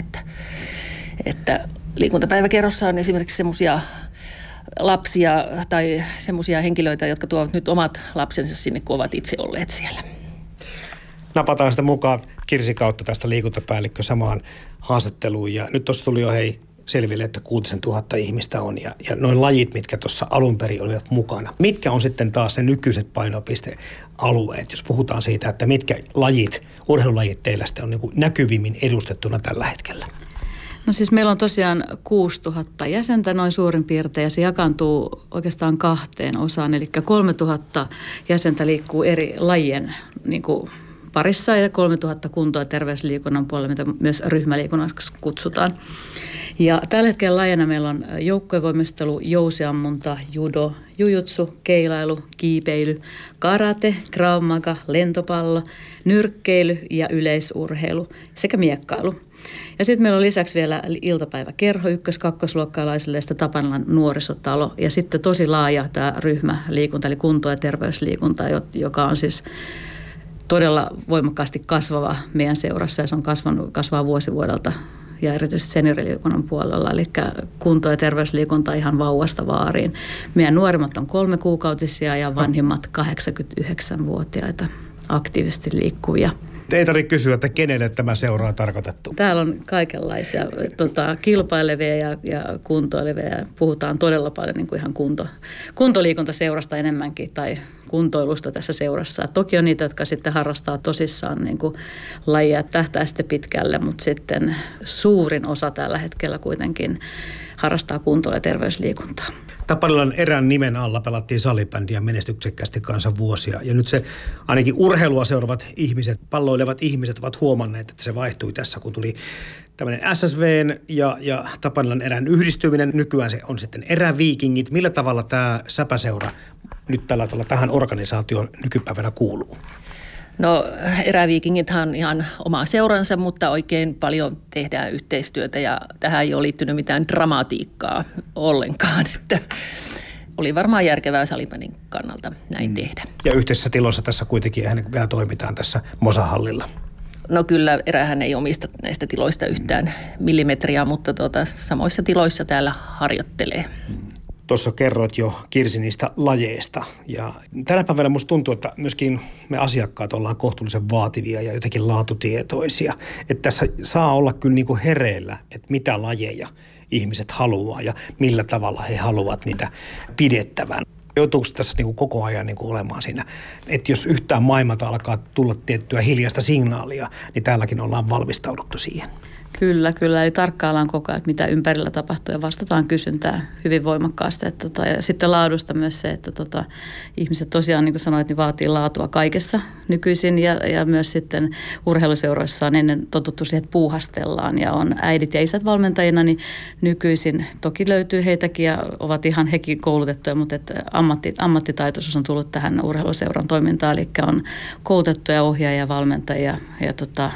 että liikuntapäiväkerhossa on esimerkiksi semmoisia lapsia tai semmoisia henkilöitä, jotka tuovat nyt omat lapsensa sinne, kun ovat itse olleet siellä. Napataan sitä mukaan Kirsi kautta tästä liikuntapäällikkö samaan haastatteluun. Ja nyt tuossa tuli jo selville, että 6000 ihmistä on ja noin lajit, mitkä tuossa alun perin olivat mukana. Mitkä on sitten taas ne nykyiset painopistealueet, jos puhutaan siitä, että mitkä lajit, urheilulajit teillä sitten on niin kuin näkyvimmin edustettuna tällä hetkellä? No siis meillä on tosiaan 6000 jäsentä noin suurin piirtein ja se jakaantuu oikeastaan 2 osaan. Eli 3000 jäsentä liikkuu eri lajien niin kuin parissa ja 3000 kunto- ja terveysliikunnan puolella, mitä myös ryhmäliikunnaksi kutsutaan. Ja tällä hetkellä lajina meillä on joukkuevoimistelu, jousiammunta, judo, jujutsu, keilailu, kiipeily, karate, krav maga, lentopallo, nyrkkeily ja yleisurheilu sekä miekkailu. Ja sitten meillä on lisäksi vielä iltapäiväkerho 1-2-luokkalaisille ja sitten Tapanilan nuorisotalo. Ja sitten tosi laaja tämä ryhmäliikunta eli kunto- ja terveysliikunta, joka on siis todella voimakkaasti kasvava meidän seurassa ja se on kasvaa vuosi vuodelta ja erityisesti senioriliikunnan puolella. Eli kunto- ja terveysliikunta ihan vauvasta vaariin. Meidän nuorimmat on 3-kuukautisia ja vanhimmat 89-vuotiaita aktiivisesti liikkuvia. Ei tarvitse kysyä, että kenelle tämä seura on tarkoitettu. Täällä on kaikenlaisia kilpailevia ja kuntoilevia. Puhutaan todella paljon niin kuin ihan kuntoliikuntaseurasta enemmänkin tai kuntoilusta tässä seurassa. Toki on niitä, jotka sitten harrastaa tosissaan niin kuin lajia, tähtää sitten pitkälle, mutta sitten suurin osa tällä hetkellä kuitenkin harrastaa kuntoa ja terveysliikuntaa. Tapanilan erän nimen alla pelattiin salibändiä menestyksekkäästi kanssa vuosia. Ja nyt se ainakin urheilua seuraavat ihmiset, palloilevat ihmiset ovat huomanneet, että se vaihtui tässä, kun tuli tämmöinen SSVn ja Tapanilan erän yhdistyminen. Nykyään se on sitten eräviikingit. Millä tavalla tämä säpäseura nyt tällä tavalla tähän organisaatioon nykypäivänä kuuluu? No eräviikingithan on ihan oma seuransa, mutta oikein paljon tehdään yhteistyötä ja tähän ei ole liittynyt mitään dramatiikkaa ollenkaan, että oli varmaan järkevää salibändin kannalta näin tehdä. Ja yhteisessä tiloissa tässä kuitenkin eihän vielä toimitaan tässä Mosahallilla. No kyllä, erähän ei omista näistä tiloista yhtään millimetriä, mutta samoissa tiloissa täällä harjoittelee. Tuossa kerroit jo Kirsi niistä lajeista ja tänä päivänä musta tuntuu, että myöskin me asiakkaat ollaan kohtuullisen vaativia ja jotenkin laatutietoisia. Että tässä saa olla kyllä niin kuin hereillä, että mitä lajeja ihmiset haluaa ja millä tavalla he haluavat niitä pidettävän. Joutuuko tässä niin kuin koko ajan niin kuin olemaan siinä, että jos yhtään maailmalta alkaa tulla tiettyä hiljaista signaalia, niin täälläkin ollaan valmistauduttu siihen. Kyllä. Eli tarkkaillaan koko ajan, että mitä ympärillä tapahtuu ja vastataan kysyntää hyvin voimakkaasti. Ja sitten laadusta myös se, että ihmiset tosiaan, niin kuin sanoit, niin vaatii laatua kaikessa nykyisin ja myös sitten urheiluseuroissa on ennen totuttu siihen, että puuhastellaan ja on äidit ja isät valmentajina, niin nykyisin toki löytyy heitäkin ja ovat ihan hekin koulutettuja, mutta ammattitaitoisuus on tullut tähän urheiluseuran toimintaan, eli on koulutettuja ohjaajia ja valmentajia ja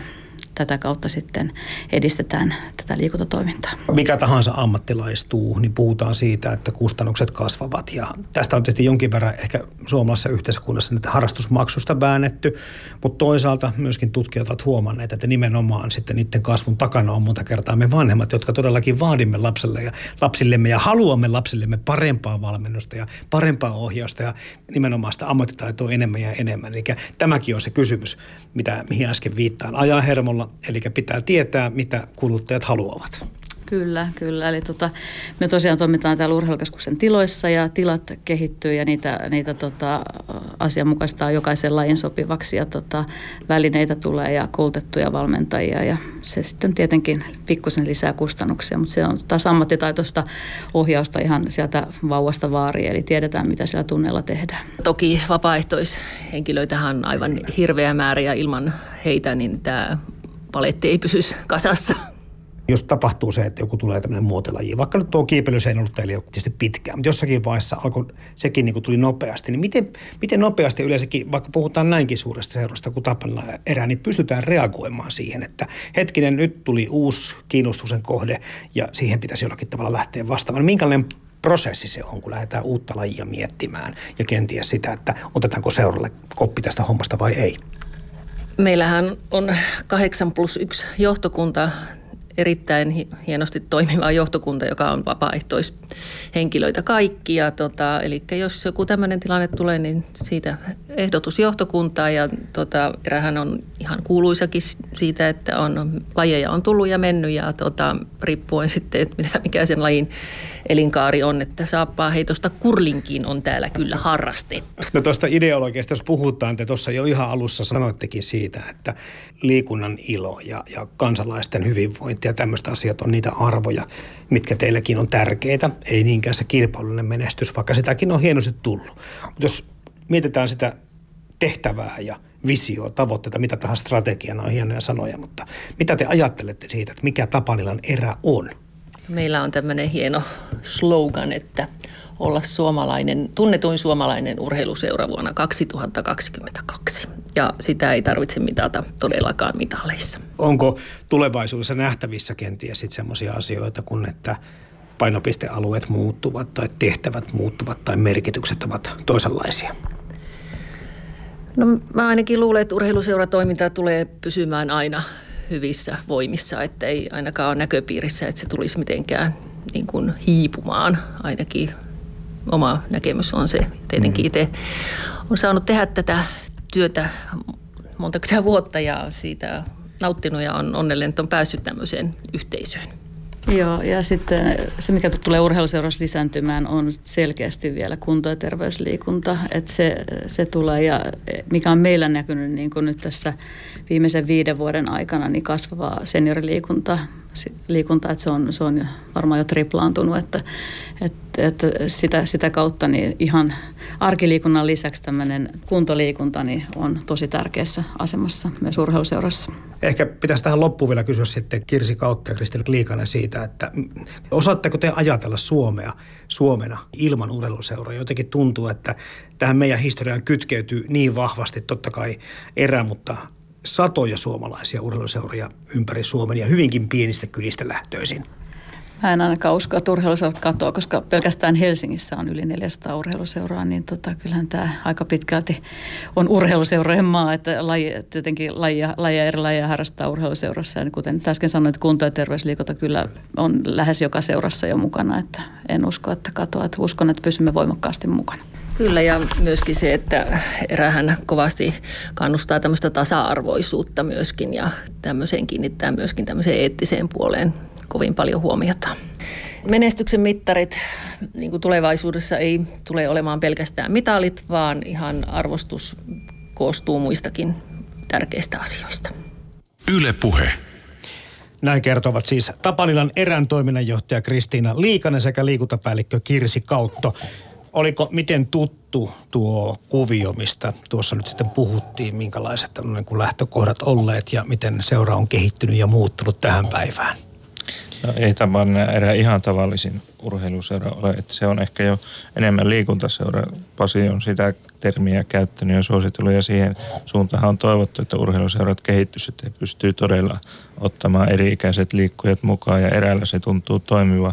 tätä kautta sitten edistetään tätä liikuntatoimintaa. Mikä tahansa ammattilaistuu, niin puhutaan siitä, että kustannukset kasvavat. Ja tästä on tietysti jonkin verran ehkä suomalaisessa yhteiskunnassa nyt harrastusmaksusta väännetty, mutta toisaalta myöskin tutkijat ovat huomanneet, että nimenomaan sitten niiden kasvun takana on monta kertaa me vanhemmat, jotka todellakin vaadimme lapsillemme ja haluamme lapsillemme parempaa valmennusta ja parempaa ohjausta ja nimenomaan sitä ammattitaitoa enemmän ja enemmän. Eli tämäkin on se kysymys, mihin äsken viittaan ajanhermolla. Eli pitää tietää, mitä kuluttajat haluavat. Kyllä. Eli me tosiaan toimitaan täällä urheilukeskuksen tiloissa ja tilat kehittyy ja niitä asianmukaistaa jokaisen lajin sopivaksi ja välineitä tulee ja koulutettuja valmentajia ja se sitten tietenkin pikkusen lisää kustannuksia, mutta se on taas ammattitaitoista ohjausta ihan sieltä vauvasta vaariin, eli tiedetään mitä siellä tunneilla tehdään. Toki vapaaehtoishenkilöitähän on aivan hirveä määrä ja ilman heitä niin tämä paletti ei pysyisi kasassa. Jos tapahtuu se, että joku tulee tämmöinen muotilaji, vaikka nyt tuo kiipeily se ei ollut teille tietysti pitkään, mutta jossakin vaiheessa alkoi, sekin niin kuin tuli nopeasti, niin miten nopeasti yleensäkin, vaikka puhutaan näinkin suuresta seurasta kuin Tapanila erä, niin pystytään reagoimaan siihen, että hetkinen, nyt tuli uusi kiinnostuksen kohde ja siihen pitäisi jollakin tavalla lähteä vastaamaan. Minkälainen prosessi se on, kun lähdetään uutta lajia miettimään ja kenties sitä, että otetaanko seuralle koppi tästä hommasta vai ei? Meillähän on 8+1 johtokunta, erittäin hienosti toimiva johtokunta, joka on vapaaehtoishenkilöitä kaikki. Eli jos joku tämmöinen tilanne tulee, niin siitä ehdotus johtokuntaa ja erähän on ihan kuuluisakin siitä, että lajeja on tullut ja mennyt ja riippuen sitten, että mikä sen lajin elinkaari on, että saappaa heitosta kurlinkiin on täällä kyllä harrastettu. No tuosta ideologiasta, jos puhutaan, te tuossa jo ihan alussa sanoittekin siitä, että liikunnan ilo ja kansalaisten hyvinvointi ja tämmöistä asiat on niitä arvoja, mitkä teilläkin on tärkeitä. Ei niinkään se kilpailullinen menestys, vaikka sitäkin on hienosti tullut. Mutta jos mietitään sitä tehtävää ja visioa, tavoitteita, mitä tahansa strategiana on hienoja sanoja, mutta mitä te ajattelette siitä, että mikä Tapanilan erä on? Meillä on tämmöinen hieno slogan, että olla tunnetuin suomalainen urheiluseura vuonna 2022. Ja sitä ei tarvitse mitata todellakaan mitaleissa. Onko tulevaisuudessa nähtävissä kenties sitten semmoisia asioita, kun että painopistealueet muuttuvat tai tehtävät muuttuvat tai merkitykset ovat toisenlaisia? No mä ainakin luulen, että urheiluseuratoiminta tulee pysymään aina hyvissä voimissa, että ei ainakaan ole näköpiirissä, että se tulisi mitenkään niin kuin hiipumaan. Ainakin oma näkemys on se. Tietenkin itse olen saanut tehdä tätä työtä monta vuotta ja siitä nauttinut ja on onnellinen, että on päässyt tämmöiseen yhteisöön. Joo, ja sitten se, mikä tulee urheiluseurassa lisääntymään, on selkeästi vielä kunto- ja terveysliikunta. Että se tulee, ja mikä on meillä näkynyt niin kuin nyt tässä viimeisen 5 vuoden aikana, niin kasvava senioriliikunta, että se on varmaan jo triplaantunut, että sitä kautta niin ihan arkiliikunnan lisäksi tämmöinen kuntoliikunta niin on tosi tärkeässä asemassa myös urheiluseurassa. Ehkä pitäisi tähän loppuun vielä kysyä sitten Kirsi Kautto ja Kristiina Liikanen siitä, että osaatteko te ajatella Suomena ilman urheiluseuraa? Jotenkin tuntuu, että tähän meidän historiaan kytkeytyy niin vahvasti totta kai mutta satoja suomalaisia urheiluseuria ympäri Suomen ja hyvinkin pienistä kylistä lähtöisin. Mä en ainakaan usko, että urheiluseurat katoaa, koska pelkästään Helsingissä on yli 400 urheiluseuraa, niin kyllähän tämä aika pitkälti on urheiluseurojen maa, että tietenkin eri lajeja harrastaa urheiluseurassa. Ja kuten äsken sanoin, että kunto- ja terveysliikunta kyllä on lähes joka seurassa jo mukana, että en usko, että katoaa, että uskon, että pysymme voimakkaasti mukana. Kyllä, ja myöskin se, että erähän kovasti kannustaa tämmöistä tasa-arvoisuutta myöskin ja tämmöiseen kiinnittää myöskin tämmöiseen eettiseen puoleen kovin paljon huomiota. Menestyksen mittarit niin kuin tulevaisuudessa ei tule olemaan pelkästään mitalit, vaan ihan arvostus koostuu muistakin tärkeistä asioista. Yle Puhe. Näin kertovat siis Tapanilan erän toiminnanjohtaja Kristiina Liikanen sekä liikuntapäällikkö Kirsi Kautto. Oliko miten tuttu tuo kuvio, mistä tuossa nyt sitten puhuttiin, minkälaiset lähtökohdat olleet ja miten seura on kehittynyt ja muuttunut tähän päivään? No, ei Tapanila erä ihan tavallisin urheiluseura ole, että se on ehkä jo enemmän liikuntaseura. Pasi on sitä termiä käyttänyt ja suositellut ja siihen suuntaan on toivottu, että urheiluseurat kehittyisivät ja pystyy todella ottamaan eri-ikäiset liikkujat mukaan ja eräällä se tuntuu toimiva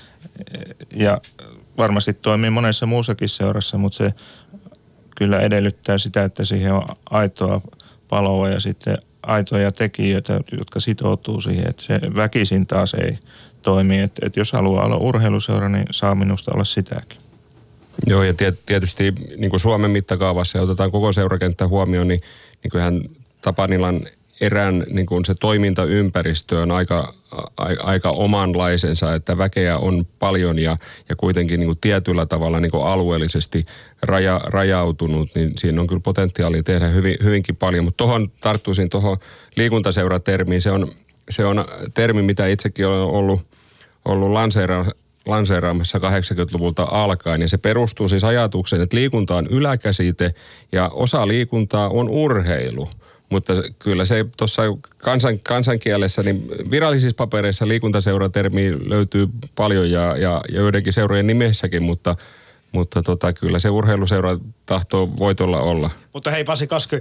ja varmasti toimii monessa muussakin seurassa, mutta se kyllä edellyttää sitä, että siihen on aitoa paloa ja sitten aitoja tekijöitä, jotka sitoutuu siihen, että se väkisin taas ei toimi. Että jos haluaa olla urheiluseura, niin saa minusta olla sitäkin. Joo, ja tietysti niin kuin Suomen mittakaavassa ja otetaan koko seurakenttä huomioon, niin kyllähän Tapanilan erän niin kuin se toimintaympäristö on aika omanlaisensa, että väkeä on paljon ja kuitenkin niin kuin tietyllä tavalla niin kuin alueellisesti rajautunut, niin siinä on kyllä potentiaalia tehdä hyvinkin paljon. Mutta tarttuisin tuohon liikuntaseuratermiin. Se on termi, mitä itsekin olen ollut lanseeraamassa 80-luvulta alkaen, ja se perustuu siis ajatukseen, että liikunta on yläkäsite ja osa liikuntaa on urheilu. Mutta kyllä se tuossa kansankielessä, niin virallisissa papereissa liikuntaseuratermiä löytyy paljon ja joidenkin seurojen nimessäkin, mutta kyllä se tahtoo voitolla olla. Mutta hei Pasi Kaski,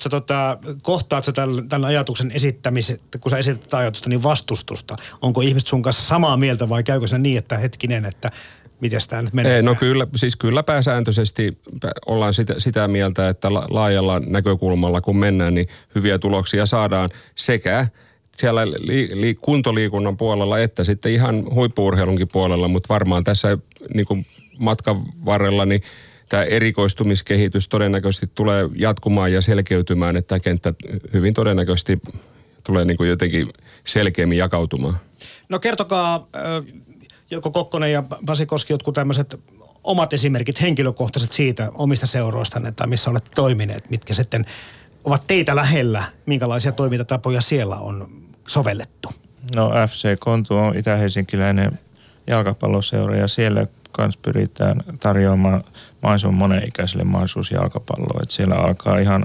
kohtaat sä tämän ajatuksen esittämisen, kun sä esität ajatusta, niin vastustusta? Onko ihmiset sun kanssa samaa mieltä vai käykö se niin, että hetkinen, että miten tämä nyt menee? No kyllä pääsääntöisesti ollaan sitä mieltä, että laajalla näkökulmalla kun mennään, niin hyviä tuloksia saadaan sekä siellä kuntoliikunnan puolella että sitten ihan huippu-urheilunkin puolella, mutta varmaan tässä niin kuin matkan varrella niin tämä erikoistumiskehitys todennäköisesti tulee jatkumaan ja selkeytymään, että tämä kenttä hyvin todennäköisesti tulee niin kuin jotenkin selkeämmin jakautumaan. No kertokaa Jouko Kokkonen ja Pasi Koski jotkut tämmöiset omat esimerkit henkilökohtaiset siitä omista seuroistanne tai missä olette toimineet, mitkä sitten ovat teitä lähellä, minkälaisia toimintatapoja siellä on sovellettu? No FC Kontu on itä-helsinkiläinen jalkapalloseura ja siellä kans pyritään tarjoamaan mahdollisimman monenikäisille mahdollisuus jalkapalloa. Et siellä alkaa ihan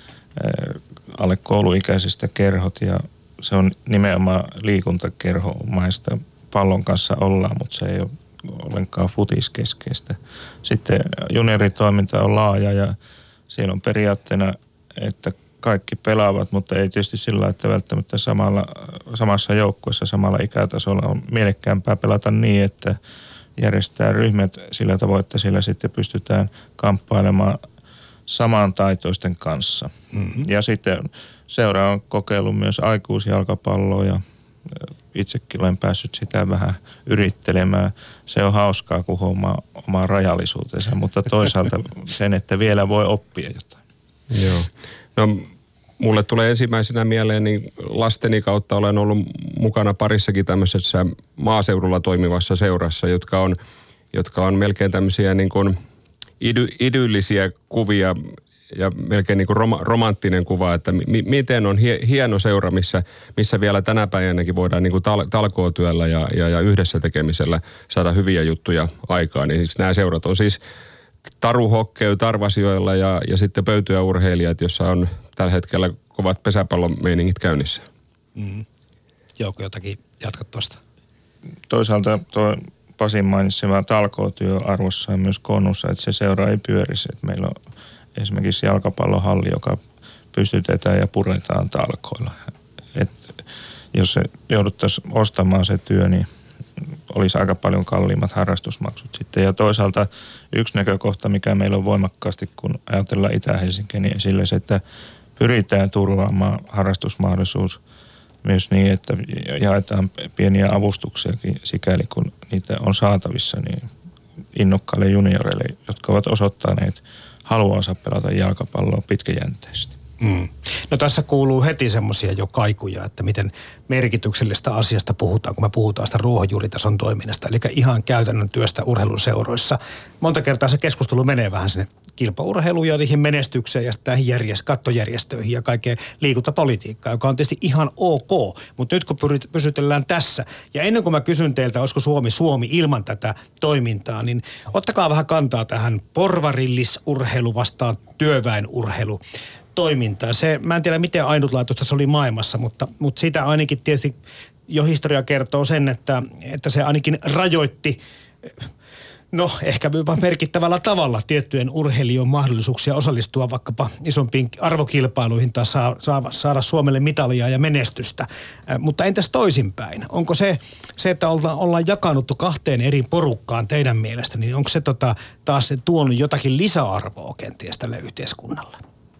alle kouluikäisistä kerhot ja se on nimenomaan liikuntakerhomaista. Pallon kanssa ollaan, mutta se ei ole ollenkaan futiskeskeistä. Sitten junioritoiminta on laaja ja siellä on periaatteena, että kaikki pelaavat, mutta ei tietysti sillä, että välttämättä samassa joukkueessa samalla ikätasolla on mielekkäämpää pelata niin, että järjestää ryhmät sillä tavoin, että sillä sitten pystytään kamppailemaan samantaitoisten kanssa. Mm-hmm. Ja sitten seura on kokeillut myös aikuisjalkapalloa ja itsekin olen päässyt sitä vähän yrittelemään. Se on hauskaa, kun huomaa omaa rajallisuutensa, mutta toisaalta sen, että vielä voi oppia jotain. Joo. No mulle tulee ensimmäisenä mieleen, niin lasteni kautta olen ollut mukana parissakin tämmöisessä maaseudulla toimivassa seurassa, jotka on melkein tämmöisiä niin kuin idyllisiä kuvia ja melkein niin kuin romanttinen kuva, että miten on hieno seura, missä vielä tänä päivänäkin voidaan niin kuin talkootyöllä ja yhdessä tekemisellä saada hyviä juttuja aikaan. Niin siis nämä seurat on siis Taru Hockey Tarvasioilla ja sitten Pöytyä-urheilijat, jossa on tällä hetkellä kovat pesäpallomeiningit käynnissä. Mm. Jouko jotakin jatkat tuosta? Toisaalta tuo Pasin mainitsema talkootyö arvossaan myös Konnussa, että se seura ei pyörisi. Että meillä on esimerkiksi jalkapallohalli, joka pystytetään ja puretaan talkoilla. Et jos se jouduttaisiin ostamaan se työ, niin olisi aika paljon kalliimmat harrastusmaksut sitten. Ja toisaalta yksi näkökohta, mikä meillä on voimakkaasti, kun ajatellaan Itä-Helsinkiä, niin esille se, että pyritään turvaamaan harrastusmahdollisuus myös niin, että jaetaan pieniä avustuksiakin sikäli, kun niitä on saatavissa niin innokkaille junioreille, jotka ovat osoittaneet haluansa pelata jalkapalloa pitkäjänteisesti. Mm. No tässä kuuluu heti semmoisia jo kaikuja, että miten merkityksellistä asiasta puhutaan, kun me puhutaan sitä ruohonjuuritason toiminnasta, eli ihan käytännön työstä urheilun seuroissa. Monta kertaa se keskustelu menee vähän sinne kilpaurheiluun ja niihin menestykseen ja sitten näihin kattojärjestöihin ja kaikkeen liikuntapolitiikkaan, joka on tietysti ihan ok, mutta nyt kun pysytellään tässä ja ennen kuin mä kysyn teiltä, olisiko Suomi ilman tätä toimintaa, niin ottakaa vähän kantaa tähän porvarillisurheilu vastaan työväenurheilu toimintaa. Mä en tiedä, miten ainutlaatuista se oli maailmassa, mutta siitä ainakin tietysti jo historia kertoo sen, että se ainakin rajoitti, no ehkä jopa merkittävällä tavalla tiettyjen urheilijoiden mahdollisuuksia osallistua vaikkapa isompiin arvokilpailuihin tai saada Suomelle mitalia ja menestystä. Mutta entäs toisinpäin? Onko se että ollaan jakannuttu kahteen eri porukkaan teidän mielestä, niin onko se taas tuonut jotakin lisäarvoa kenties tälle yhteiskunnalle?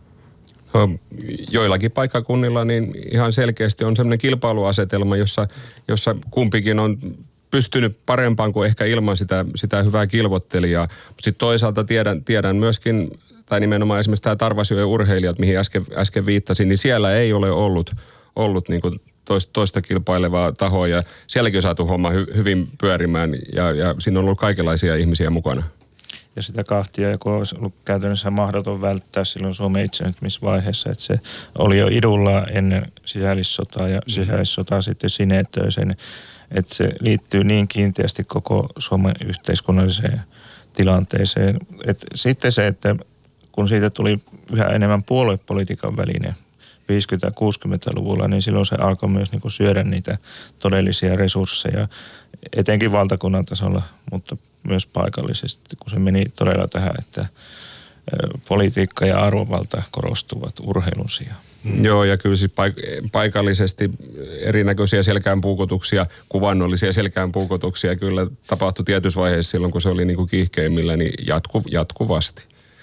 Joillakin paikkakunnilla niin ihan selkeästi on sellainen kilpailuasetelma, jossa kumpikin on pystynyt parempaan kuin ehkä ilman sitä hyvää kilvottelijaa. Sitten toisaalta tiedän myöskin, tai nimenomaan esimerkiksi tämä Tarvasioiden urheilijat, mihin äsken viittasin, niin siellä ei ole ollut niin kuin toista kilpailevaa tahoa ja sielläkin on saatu homma hyvin pyörimään ja siinä on ollut kaikenlaisia ihmisiä mukana. Ja sitä kahtia, joka olisi ollut käytännössä mahdoton välttää silloin Suomen itsenäistymisvaiheessa, että se oli jo idulla ennen sisällissotaa ja sisällissota sitten sinetöi sen, että se liittyy niin kiinteästi koko Suomen yhteiskunnalliseen tilanteeseen. Että sitten se, että kun siitä tuli yhä enemmän puoluepolitiikan väline 50-60-luvulla, niin silloin se alkoi myös niin kuin syödä niitä todellisia resursseja, etenkin valtakunnan tasolla, mutta myös paikallisesti, kun se meni todella tähän, että politiikka ja arvovalta korostuvat urheilun sijaan. Joo, ja kyllä siis paikallisesti erinäköisiä selkäänpuukotuksia, kuvannollisia selkäänpuukotuksia kyllä tapahtui tietyssä vaiheessa silloin, kun se oli niin kuin kiihkeimmillä, niin jatkuvasti.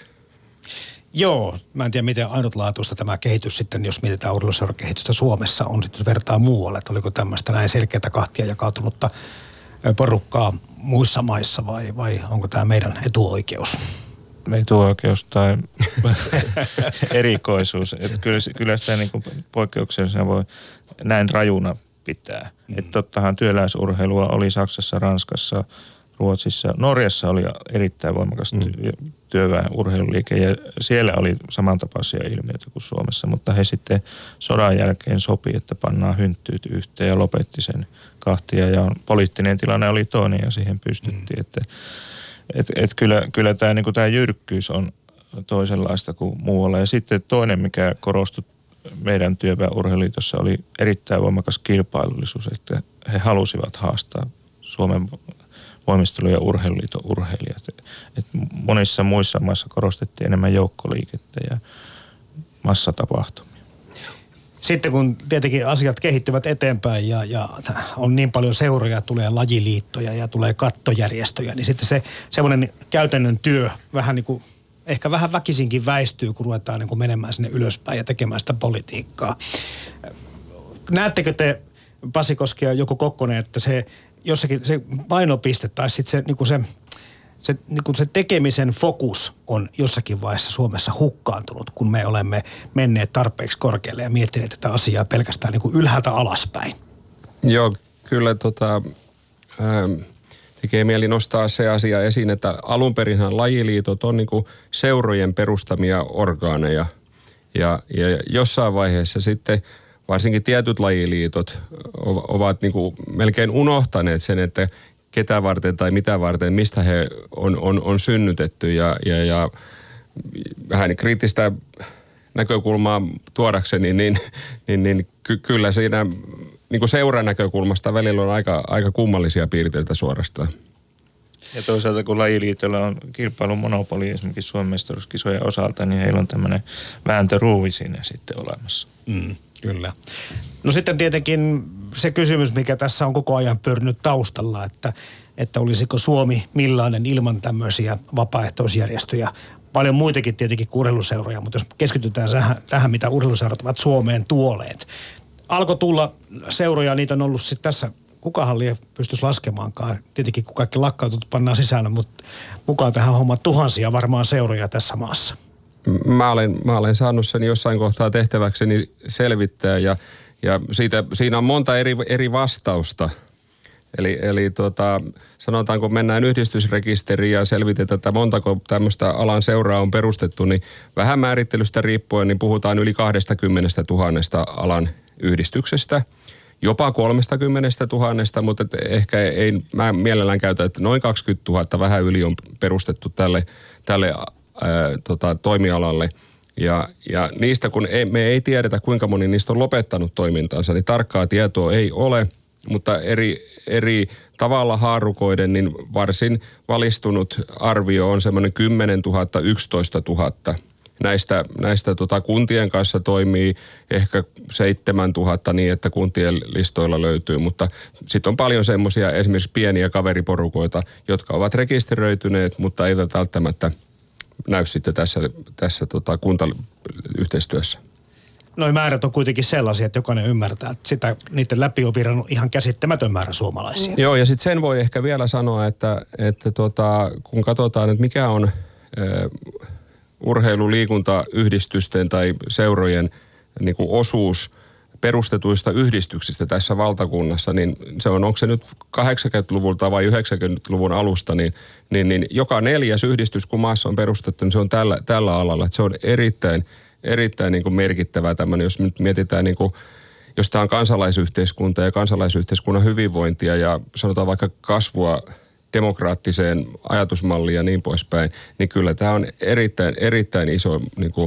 Joo, mä en tiedä miten ainutlaatuista tämä kehitys sitten, jos mietitään urheiluseuраkehitystä Suomessa on sitten, jos vertaa muualle, että oliko tämmöistä näin selkeätä kahtia jakautunutta porukkaa muissa maissa vai onko tämä meidän etuoikeus? Etuoikeus tai erikoisuus. Että kyllä sitä niin kuin poikkeuksellisena voi näin rajuna pitää. Että tottahan työläisurheilua oli Saksassa, Ranskassa, Ruotsissa. Norjassa oli erittäin voimakas työväen urheiluliike ja siellä oli samantapaisia ilmiöitä kuin Suomessa, mutta he sitten sodan jälkeen sopi, että pannaan hynttyyt yhteen ja lopetti sen kahtia ja poliittinen tilanne oli toinen ja siihen pystyttiin, että kyllä tämä, niin kuin tämä jyrkkyys on toisenlaista kuin muualla. Ja sitten toinen, mikä korostui meidän työväenurheiluliitossa, oli erittäin voimakas kilpailullisuus, että he halusivat haastaa Suomen voimistelu- ja urheiluliiton urheilijat. Et monissa muissa maissa korostettiin enemmän joukkoliikettä ja massatapahtumia. Sitten kun tietenkin asiat kehittyvät eteenpäin ja on niin paljon seuroja, tulee lajiliittoja ja tulee kattojärjestöjä, niin sitten se semmoinen käytännön työ vähän niin kuin, ehkä vähän väkisinkin väistyy, kun ruvetaan niin kuin menemään sinne ylöspäin ja tekemään sitä politiikkaa. Näettekö te, Pasi Koski ja Jouko Kokkonen, että se jossakin se painopiste tai sitten se, niin kuin se tekemisen fokus on jossakin vaiheessa Suomessa hukkaantunut, kun me olemme menneet tarpeeksi korkealle ja miettineet tätä asiaa pelkästään niin kuin ylhäältä alaspäin. Joo, kyllä tekee mieli nostaa se asia esiin, että alunperinhän lajiliitot on niin kuin seurojen perustamia orgaaneja. Ja jossain vaiheessa sitten varsinkin tietyt lajiliitot ovat niin kuin melkein unohtaneet sen, että ketä varten tai mitä varten, mistä he on synnytetty ja vähän kriittistä näkökulmaa tuodakseni, niin kyllä siinä niin kuin seuran näkökulmasta välillä on aika kummallisia piirteitä suorastaan. Ja toisaalta kun lajiliitolla on kilpailun monopoli esimerkiksi Suomen mestaruuskisojen osalta, niin heillä on tämmöinen vääntöruuvi siinä sitten olemassa. Kyllä. No sitten tietenkin se kysymys, mikä tässä on koko ajan pyörinyt taustalla, että olisiko Suomi millainen ilman tämmöisiä vapaaehtoisjärjestöjä. Paljon muitakin tietenkin kuin urheiluseuroja, mutta jos keskitytään tähän, mitä urheiluseurat ovat Suomeen tuoleet. Alkoi tulla seuroja, niitä on ollut sitten tässä, kukahan pystyisi laskemaankaan. Tietenkin kun kaikki lakkautut pannaan sisällä, mutta mukaan tähän hommaan tuhansia varmaan seuroja tässä maassa. Mä olen saanut sen jossain kohtaa tehtäväkseni selvittää ja siinä on monta eri vastausta. Eli sanotaanko mennään yhdistysrekisteriin ja selvitetään, että montako tämmöistä alan seuraa on perustettu, niin vähän määrittelystä riippuen niin puhutaan yli 20 000 alan yhdistyksestä. Jopa 30 000, mutta ehkä ei, mä mielellään käytä, että noin 20 000 vähän yli on perustettu tälle toimialalle. Ja niistä, kun me ei tiedetä, kuinka moni niistä on lopettanut toimintansa, niin tarkkaa tietoa ei ole, mutta eri tavalla haarukoiden, niin varsin valistunut arvio on semmoinen 10 000, 11 000. Näistä kuntien kanssa toimii ehkä 7 000 niin, että kuntien listoilla löytyy, mutta sitten on paljon semmoisia esimerkiksi pieniä kaveriporukoita, jotka ovat rekisteröityneet, mutta eivät välttämättä näy sitten tässä kuntayhteistyössä. Noi määrät on kuitenkin sellaisia, että jokainen ymmärtää, että niiden läpi on virannut ihan käsittämätön määrä suomalaisia. Joo, ja sitten sen voi ehkä vielä sanoa, että kun katsotaan, että mikä on urheiluliikuntayhdistysten tai seurojen niin kuin osuus perustetuista yhdistyksistä tässä valtakunnassa, niin se on, onko se nyt 80-luvulta vai 90-luvun alusta, niin joka 4. yhdistys, kun maassa on perustettu, niin se on tällä alalla. Että se on erittäin niin kuin merkittävää tämmöinen, jos nyt mietitään niin kuin, jos tämä on kansalaisyhteiskunta ja kansalaisyhteiskunnan hyvinvointia ja sanotaan vaikka kasvua demokraattiseen ajatusmalliin ja niin poispäin, niin kyllä tämä on erittäin iso niin kuin,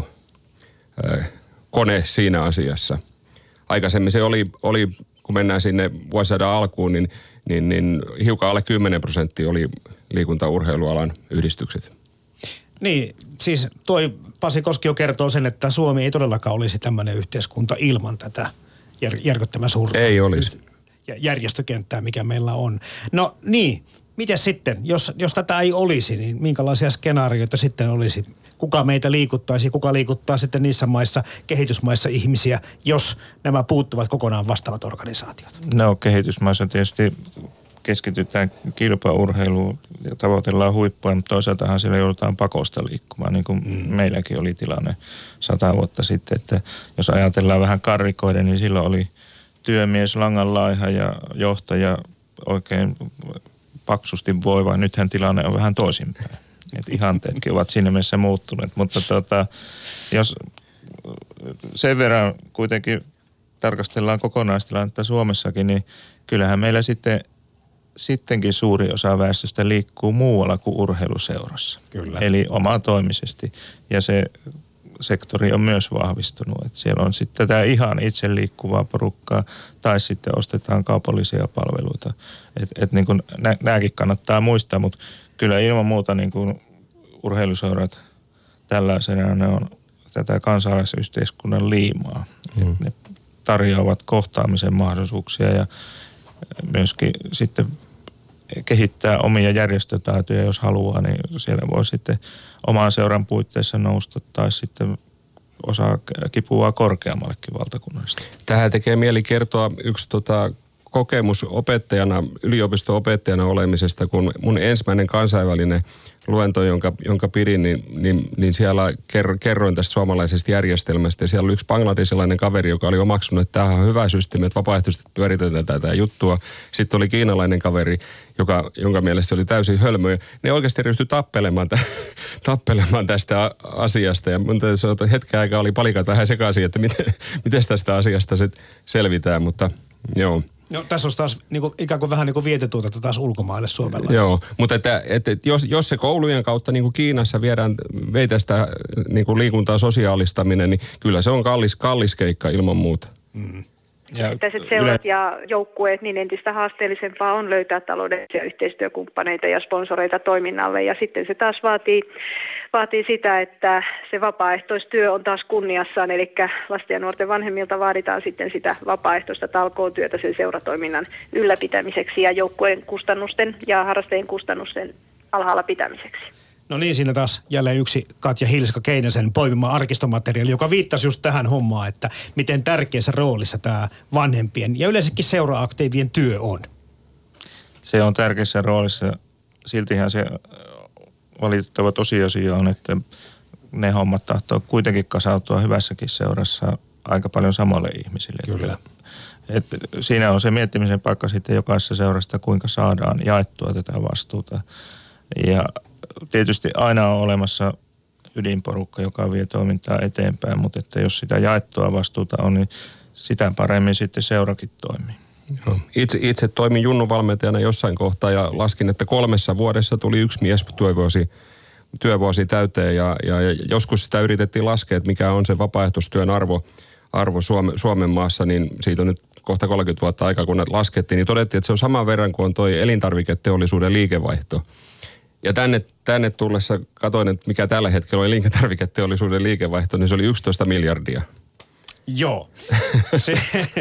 kone siinä asiassa. Aikaisemmin se oli, kun mennään sinne vuosisadan alkuun, niin hiukan alle 10% oli liikunta-urheilualan yhdistykset. Niin, siis toi Pasi Koskio kertoo sen, että Suomi ei todellakaan olisi tämmöinen yhteiskunta ilman tätä järkyttävän suurta järjestökenttää, mikä meillä on. No niin, miten sitten, jos tätä ei olisi, niin minkälaisia skenaarioita sitten olisi? Kuka meitä liikuttaisi, kuka liikuttaa sitten niissä maissa, kehitysmaissa ihmisiä, jos nämä puuttuvat kokonaan vastaavat organisaatiot? No kehitysmaissa tietysti keskitytään kilpaurheiluun ja tavoitellaan huippua, mutta toisaaltahan siellä joudutaan pakosta liikkumaan, niin kuin meilläkin oli tilanne 100 vuotta sitten, että jos ajatellaan vähän karrikoiden, niin silloin oli työmies langanlaiha ja johtaja oikein paksusti voiva. Nythän tilanne on vähän toisinpäin. Että ihanteetkin ovat siinä mielessä muuttuneet, mutta jos sen verran kuitenkin tarkastellaan kokonaistilannetta Suomessakin, niin kyllähän meillä sittenkin suuri osa väestöstä liikkuu muualla kuin urheiluseurassa. Kyllä. Eli omatoimisesti. Ja se sektori on myös vahvistunut. Että siellä on sitten tätä ihan itse liikkuvaa porukkaa tai sitten ostetaan kaupallisia palveluita. Et niin kuin nämäkin kannattaa muistaa, mutta kyllä ilman muuta niin kuin urheiluseurat tällaisena ne on tätä kansalaisyhteiskunnan liimaa. Ne tarjoavat kohtaamisen mahdollisuuksia ja myöskin sitten kehittää omia järjestötaitoja, jos haluaa, niin siellä voi sitten oman seuran puitteissa nousta tai sitten osaa kipuaa korkeammallekin valtakunnallisesti. Tähän tekee mieli kertoa yksi kokemus opettajana, yliopisto-opettajana olemisesta, kun mun ensimmäinen kansainvälinen luento, jonka pidin, niin siellä kerroin tästä suomalaisesta järjestelmästä. Ja siellä oli yksi bangladesilainen kaveri, joka oli omaksunut, että tämä on hyvä systeemi, että vapaaehtoisesti pyöritetään tätä juttua. Sitten oli kiinalainen kaveri, jonka mielestä oli täysin hölmö. Ne oikeasti ryhtyi tappelemaan tästä asiasta. Ja mun täytyy sanoa, että hetken aikaa oli palikat vähän sekaisin, että miten tästä asiasta se selvitään, mutta joo. No tässä on taas ikään kuin vähän niin kuin vietetuotetta taas ulkomaille Suomella. Joo, mutta että jos se koulujen kautta niin kuin Kiinassa vei tästä niin kuin liikuntaa sosiaalistaminen, niin kyllä se on kallis keikka ilman muuta. Mm. Yksittäiset seurat ja joukkueet, niin entistä haasteellisempaa on löytää taloudellisia yhteistyökumppaneita ja sponsoreita toiminnalle. Ja sitten se taas vaatii sitä, että se vapaaehtoistyö on taas kunniassaan. Eli lasten ja nuorten vanhemmilta vaaditaan sitten sitä vapaaehtoista talkootyötä sen seuratoiminnan ylläpitämiseksi ja joukkueen kustannusten ja harrastajien kustannusten alhaalla pitämiseksi. No niin, siinä taas jälleen yksi Katja Hilska-Keinäsen poimima arkistomateriaali, joka viittasi just tähän hommaan, että miten tärkeässä roolissa tämä vanhempien ja yleensäkin seura-aktiivien työ on. Se on tärkeässä roolissa. Siltihän se valitettava tosiasia on, että ne hommat tahtoo kuitenkin kasautua hyvässäkin seurassa aika paljon samalle ihmisille. Kyllä. Että siinä on se miettimisen paikka sitten jokaisessa seurasta, kuinka saadaan jaettua tätä vastuuta. Ja tietysti aina on olemassa ydinporukka, joka vie toimintaa eteenpäin, mutta että jos sitä jaettua vastuuta on, niin sitä paremmin sitten seurakin toimii. Joo. Itse toimin junnuvalmentajana jossain kohtaa ja laskin, että 3 vuodessa tuli 1 mies työvuosi täyteen ja joskus sitä yritettiin laskea, että mikä on se vapaaehtoistyön arvo Suomen maassa, niin siitä on nyt kohta 30 vuotta aikaa, kun laskettiin, niin todettiin, että se on saman verran kuin on toi elintarviketeollisuuden liikevaihto. Ja tänne tullessa katsoin, että mikä tällä hetkellä on elintarviketeollisuuden liikevaihto, niin se oli 11 miljardia. Joo. Se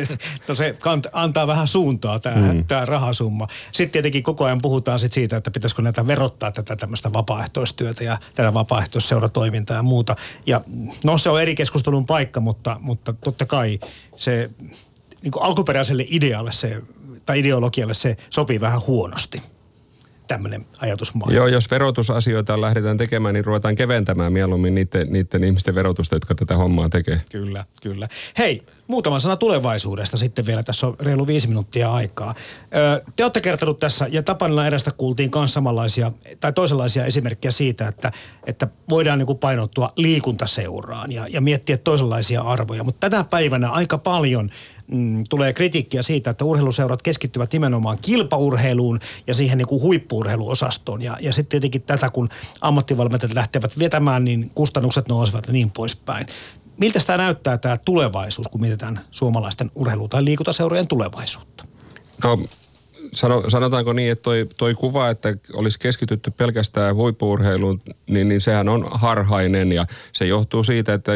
antaa vähän suuntaa tämä rahasumma. Sitten tietenkin koko ajan puhutaan siitä, että pitäisikö näitä verottaa tätä tämmöistä vapaaehtoistyötä ja tätä vapaaehtoisseuratoimintaa ja muuta. Ja no se on eri keskustelun paikka, mutta totta kai se niin kuin alkuperäiselle ideologialle se sopii vähän huonosti. Tämmöinen ajatusmaailma. Joo, jos verotusasioita lähdetään tekemään, niin ruvetaan keventämään mieluummin niiden ihmisten verotusta, jotka tätä hommaa tekee. Kyllä. Hei, muutama sana tulevaisuudesta sitten vielä. Tässä on reilu 5 minuuttia aikaa. Te olette kertonut tässä, ja Tapanilla erästä kuultiin myös samanlaisia tai toisenlaisia esimerkkejä siitä, että voidaan niin kuin painottua liikuntaseuraan ja miettiä toisenlaisia arvoja. Mutta tänä päivänä aika paljon tulee kritiikkiä siitä, että urheiluseurat keskittyvät nimenomaan kilpaurheiluun ja siihen niin kuin huippu-urheiluosastoon. Ja sitten tietenkin tätä, kun ammattivalmentajat lähtevät vetämään, niin kustannukset nousevat ja niin poispäin. Miltä tämä näyttää tämä tulevaisuus, kun mietitään suomalaisten urheilu- tai liikuntaseurojen tulevaisuutta? No sanotaanko niin, että toi kuva, että olisi keskitytty pelkästään huippu-urheiluun, niin sehän on harhainen ja se johtuu siitä, että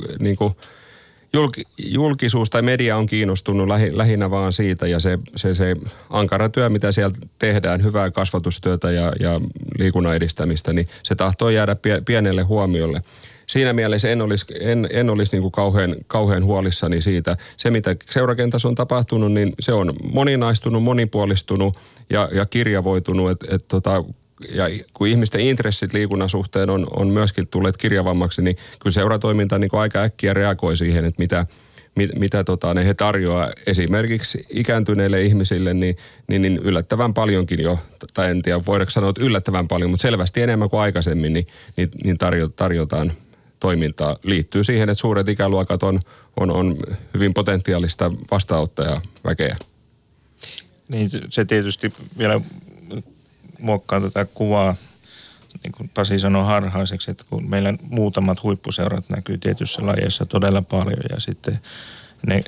julkisuus tai media on kiinnostunut lähinnä vaan siitä ja se ankara työ, mitä siellä tehdään, hyvää kasvatustyötä ja liikunnan edistämistä, niin se tahtoo jäädä pienelle huomiolle. Siinä mielessä en olisi niin kuin kauhean huolissani siitä. Se, mitä seurakentässä on tapahtunut, niin se on moninaistunut, monipuolistunut ja kirjavoitunut. Ja kun ihmisten intressit liikunnan suhteen on myöskin tulleet kirjavammaksi, niin kyllä seuratoiminta niin kuin aika äkkiä reagoi siihen, että mitä ne he tarjoaa esimerkiksi ikääntyneille ihmisille, niin yllättävän paljonkin jo, tai en tiedä voidaanko sanoa, että yllättävän paljon, mutta selvästi enemmän kuin aikaisemmin, niin tarjotaan toimintaa. Liittyy siihen, että suuret ikäluokat on hyvin potentiaalista vastaanottajaväkeä. Niin se tietysti vielä muokkaa tätä kuvaa, niin kuin Pasi sanoi, harhaiseksi, että kun meillä muutamat huippuseurat näkyy tietyissä lajeissa todella paljon ja sitten ne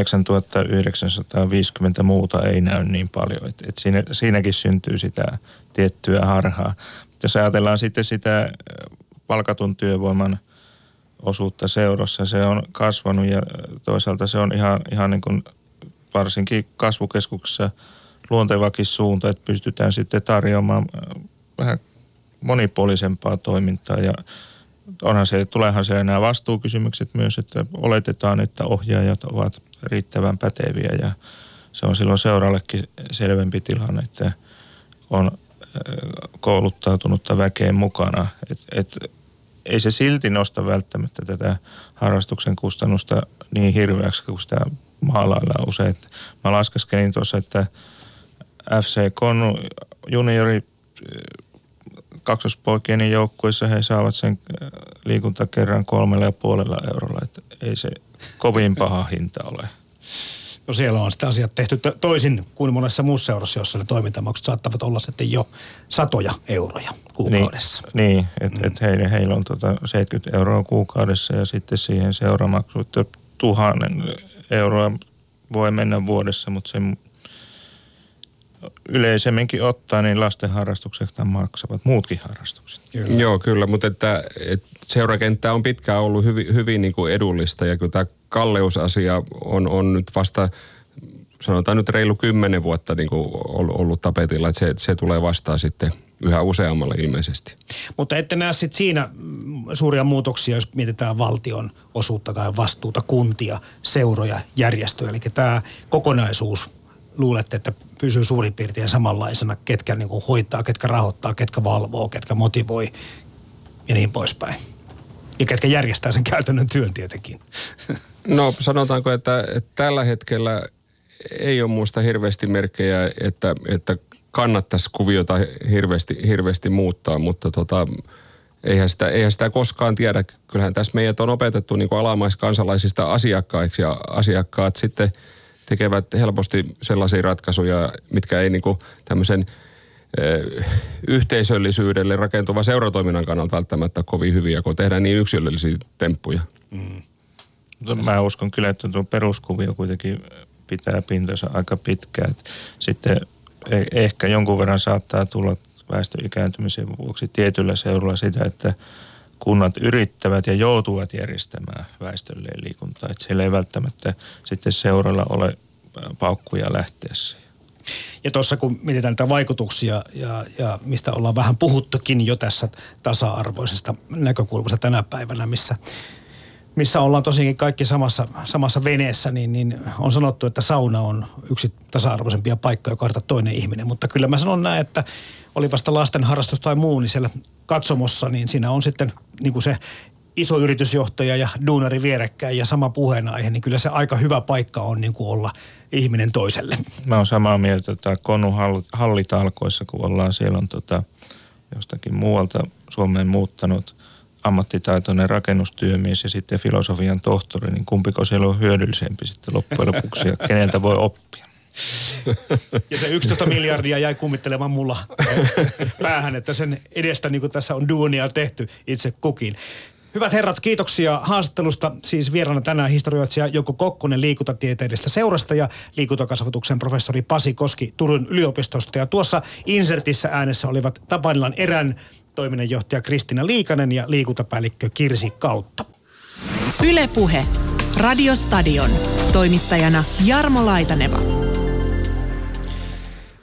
9950 muuta ei näy niin paljon. Että siinäkin syntyy sitä tiettyä harhaa. Jos ajatellaan sitten sitä palkatun työvoiman osuutta seurassa, se on kasvanut ja toisaalta se on ihan niin kuin varsinkin kasvukeskuksessa luontevakin suunta, että pystytään sitten tarjoamaan vähän monipuolisempaa toimintaa ja tuleehan siellä nämä vastuukysymykset myös, että oletetaan, että ohjaajat ovat riittävän päteviä ja se on silloin seurallekin selvempi tilanne, että on kouluttautunutta väkeä mukana. Ei se silti nosta välttämättä tätä harrastuksen kustannusta niin hirveäksi kuin sitä maalaillaan usein. Mä laskeskelin tuossa, että FC Konnun juniori kaksospoikien joukkueissa he saavat sen liikuntakerran 3,5 eurolla. Että ei se kovin paha hinta ole. No siellä on sitä asiat tehty toisin kuin monessa muussa seurassa, jossa ne toimintamaksut saattavat olla sitten jo satoja euroja kuukaudessa. Niin, että heillä on 70 euroa kuukaudessa ja sitten siihen seuramaksu, että 1 000 euroa voi mennä vuodessa, mutta sen yleisemminkin ottaa, niin lasten harrastukset maksavat muutkin harrastukset. Kyllä. Joo, kyllä, mutta että seurakenttä on pitkään ollut hyvin niin kuin edullista ja kyllä tämä kalleusasia on nyt vasta, sanotaan nyt reilu 10 vuotta niin kuin ollut tapetilla, että se tulee vastaan sitten yhä useammalle ilmeisesti. Mutta ette näe sitten siinä suuria muutoksia, jos mietitään valtion osuutta tai vastuuta, kuntia, seuroja, järjestöjä. Eli tämä kokonaisuus, luulette, että pysyy suurin piirtein samanlaisena, ketkä niin kuin hoitaa, ketkä rahoittaa, ketkä valvoo, ketkä motivoi ja niin poispäin. Ja ketkä järjestää sen käytännön työn tietenkin. No sanotaanko, että tällä hetkellä ei ole muusta hirveästi merkkejä, että kannattaisi kuviota hirveästi muuttaa, mutta eihän sitä koskaan tiedä. Kyllähän tässä meidät on opetettu niin kuin alamaiskansalaisista asiakkaiksi ja asiakkaat sitten tekevät helposti sellaisia ratkaisuja, mitkä ei niin kuin tämmöisen yhteisöllisyydelle rakentuva seuratoiminnan kannalta välttämättä kovin hyviä, kun tehdään niin yksilöllisiä temppuja. Mä uskon kyllä, että tuo peruskuvio kuitenkin pitää pintansa aika pitkään. Sitten ehkä jonkun verran saattaa tulla väestön ikääntymisen vuoksi tietyllä seudulla sitä, että kunnat yrittävät ja joutuvat järjestämään väestölleen liikuntaa. Että siellä ei välttämättä sitten seuralla ole paukkuja lähteessä. Ja tuossa kun mietitään näitä vaikutuksia ja mistä ollaan vähän puhuttukin jo tässä tasa-arvoisesta näkökulmasta tänä päivänä, missä ollaan tosiaankin kaikki samassa veneessä, niin on sanottu, että sauna on yksi tasa-arvoisempia paikkoja kohdata toinen ihminen. Mutta kyllä mä sanon näin, että olipa sitä lasten harrastus tai muu, niin siellä katsomossa, niin siinä on sitten niin kuin se iso yritysjohtaja ja duunari vierekkäin ja sama puheenaihe, niin kyllä se aika hyvä paikka on niin kuin olla ihminen toiselle. Mä oon samaa mieltä, että Konnun hallitalkoissa, kun ollaan, siellä on jostakin muualta Suomeen muuttanut ammattitaitoinen rakennustyömies ja sitten filosofian tohtori, niin kumpiko siellä on hyödyllisempi sitten loppujen lopuksi ja keneltä voi oppia. Ja se 11 miljardia jäi kummittelemaan mulla päähän, että sen edestä niin kuin tässä on duunia tehty itse kukin. Hyvät herrat, kiitoksia haastattelusta. Siis vieraana tänään historioitsija Jouko Kokkonen liikuntatieteellisestä seurasta ja liikuntakasvatuksen professori Pasi Koski Turun yliopistosta. Ja tuossa insertissä äänessä olivat Tapanilan Erän toiminnanjohtaja Kristiina Liikanen ja liikuntapäällikkö Kirsi Kautta. Yle Puhe. Radiostadion. Toimittajana Jarmo Laitaneva.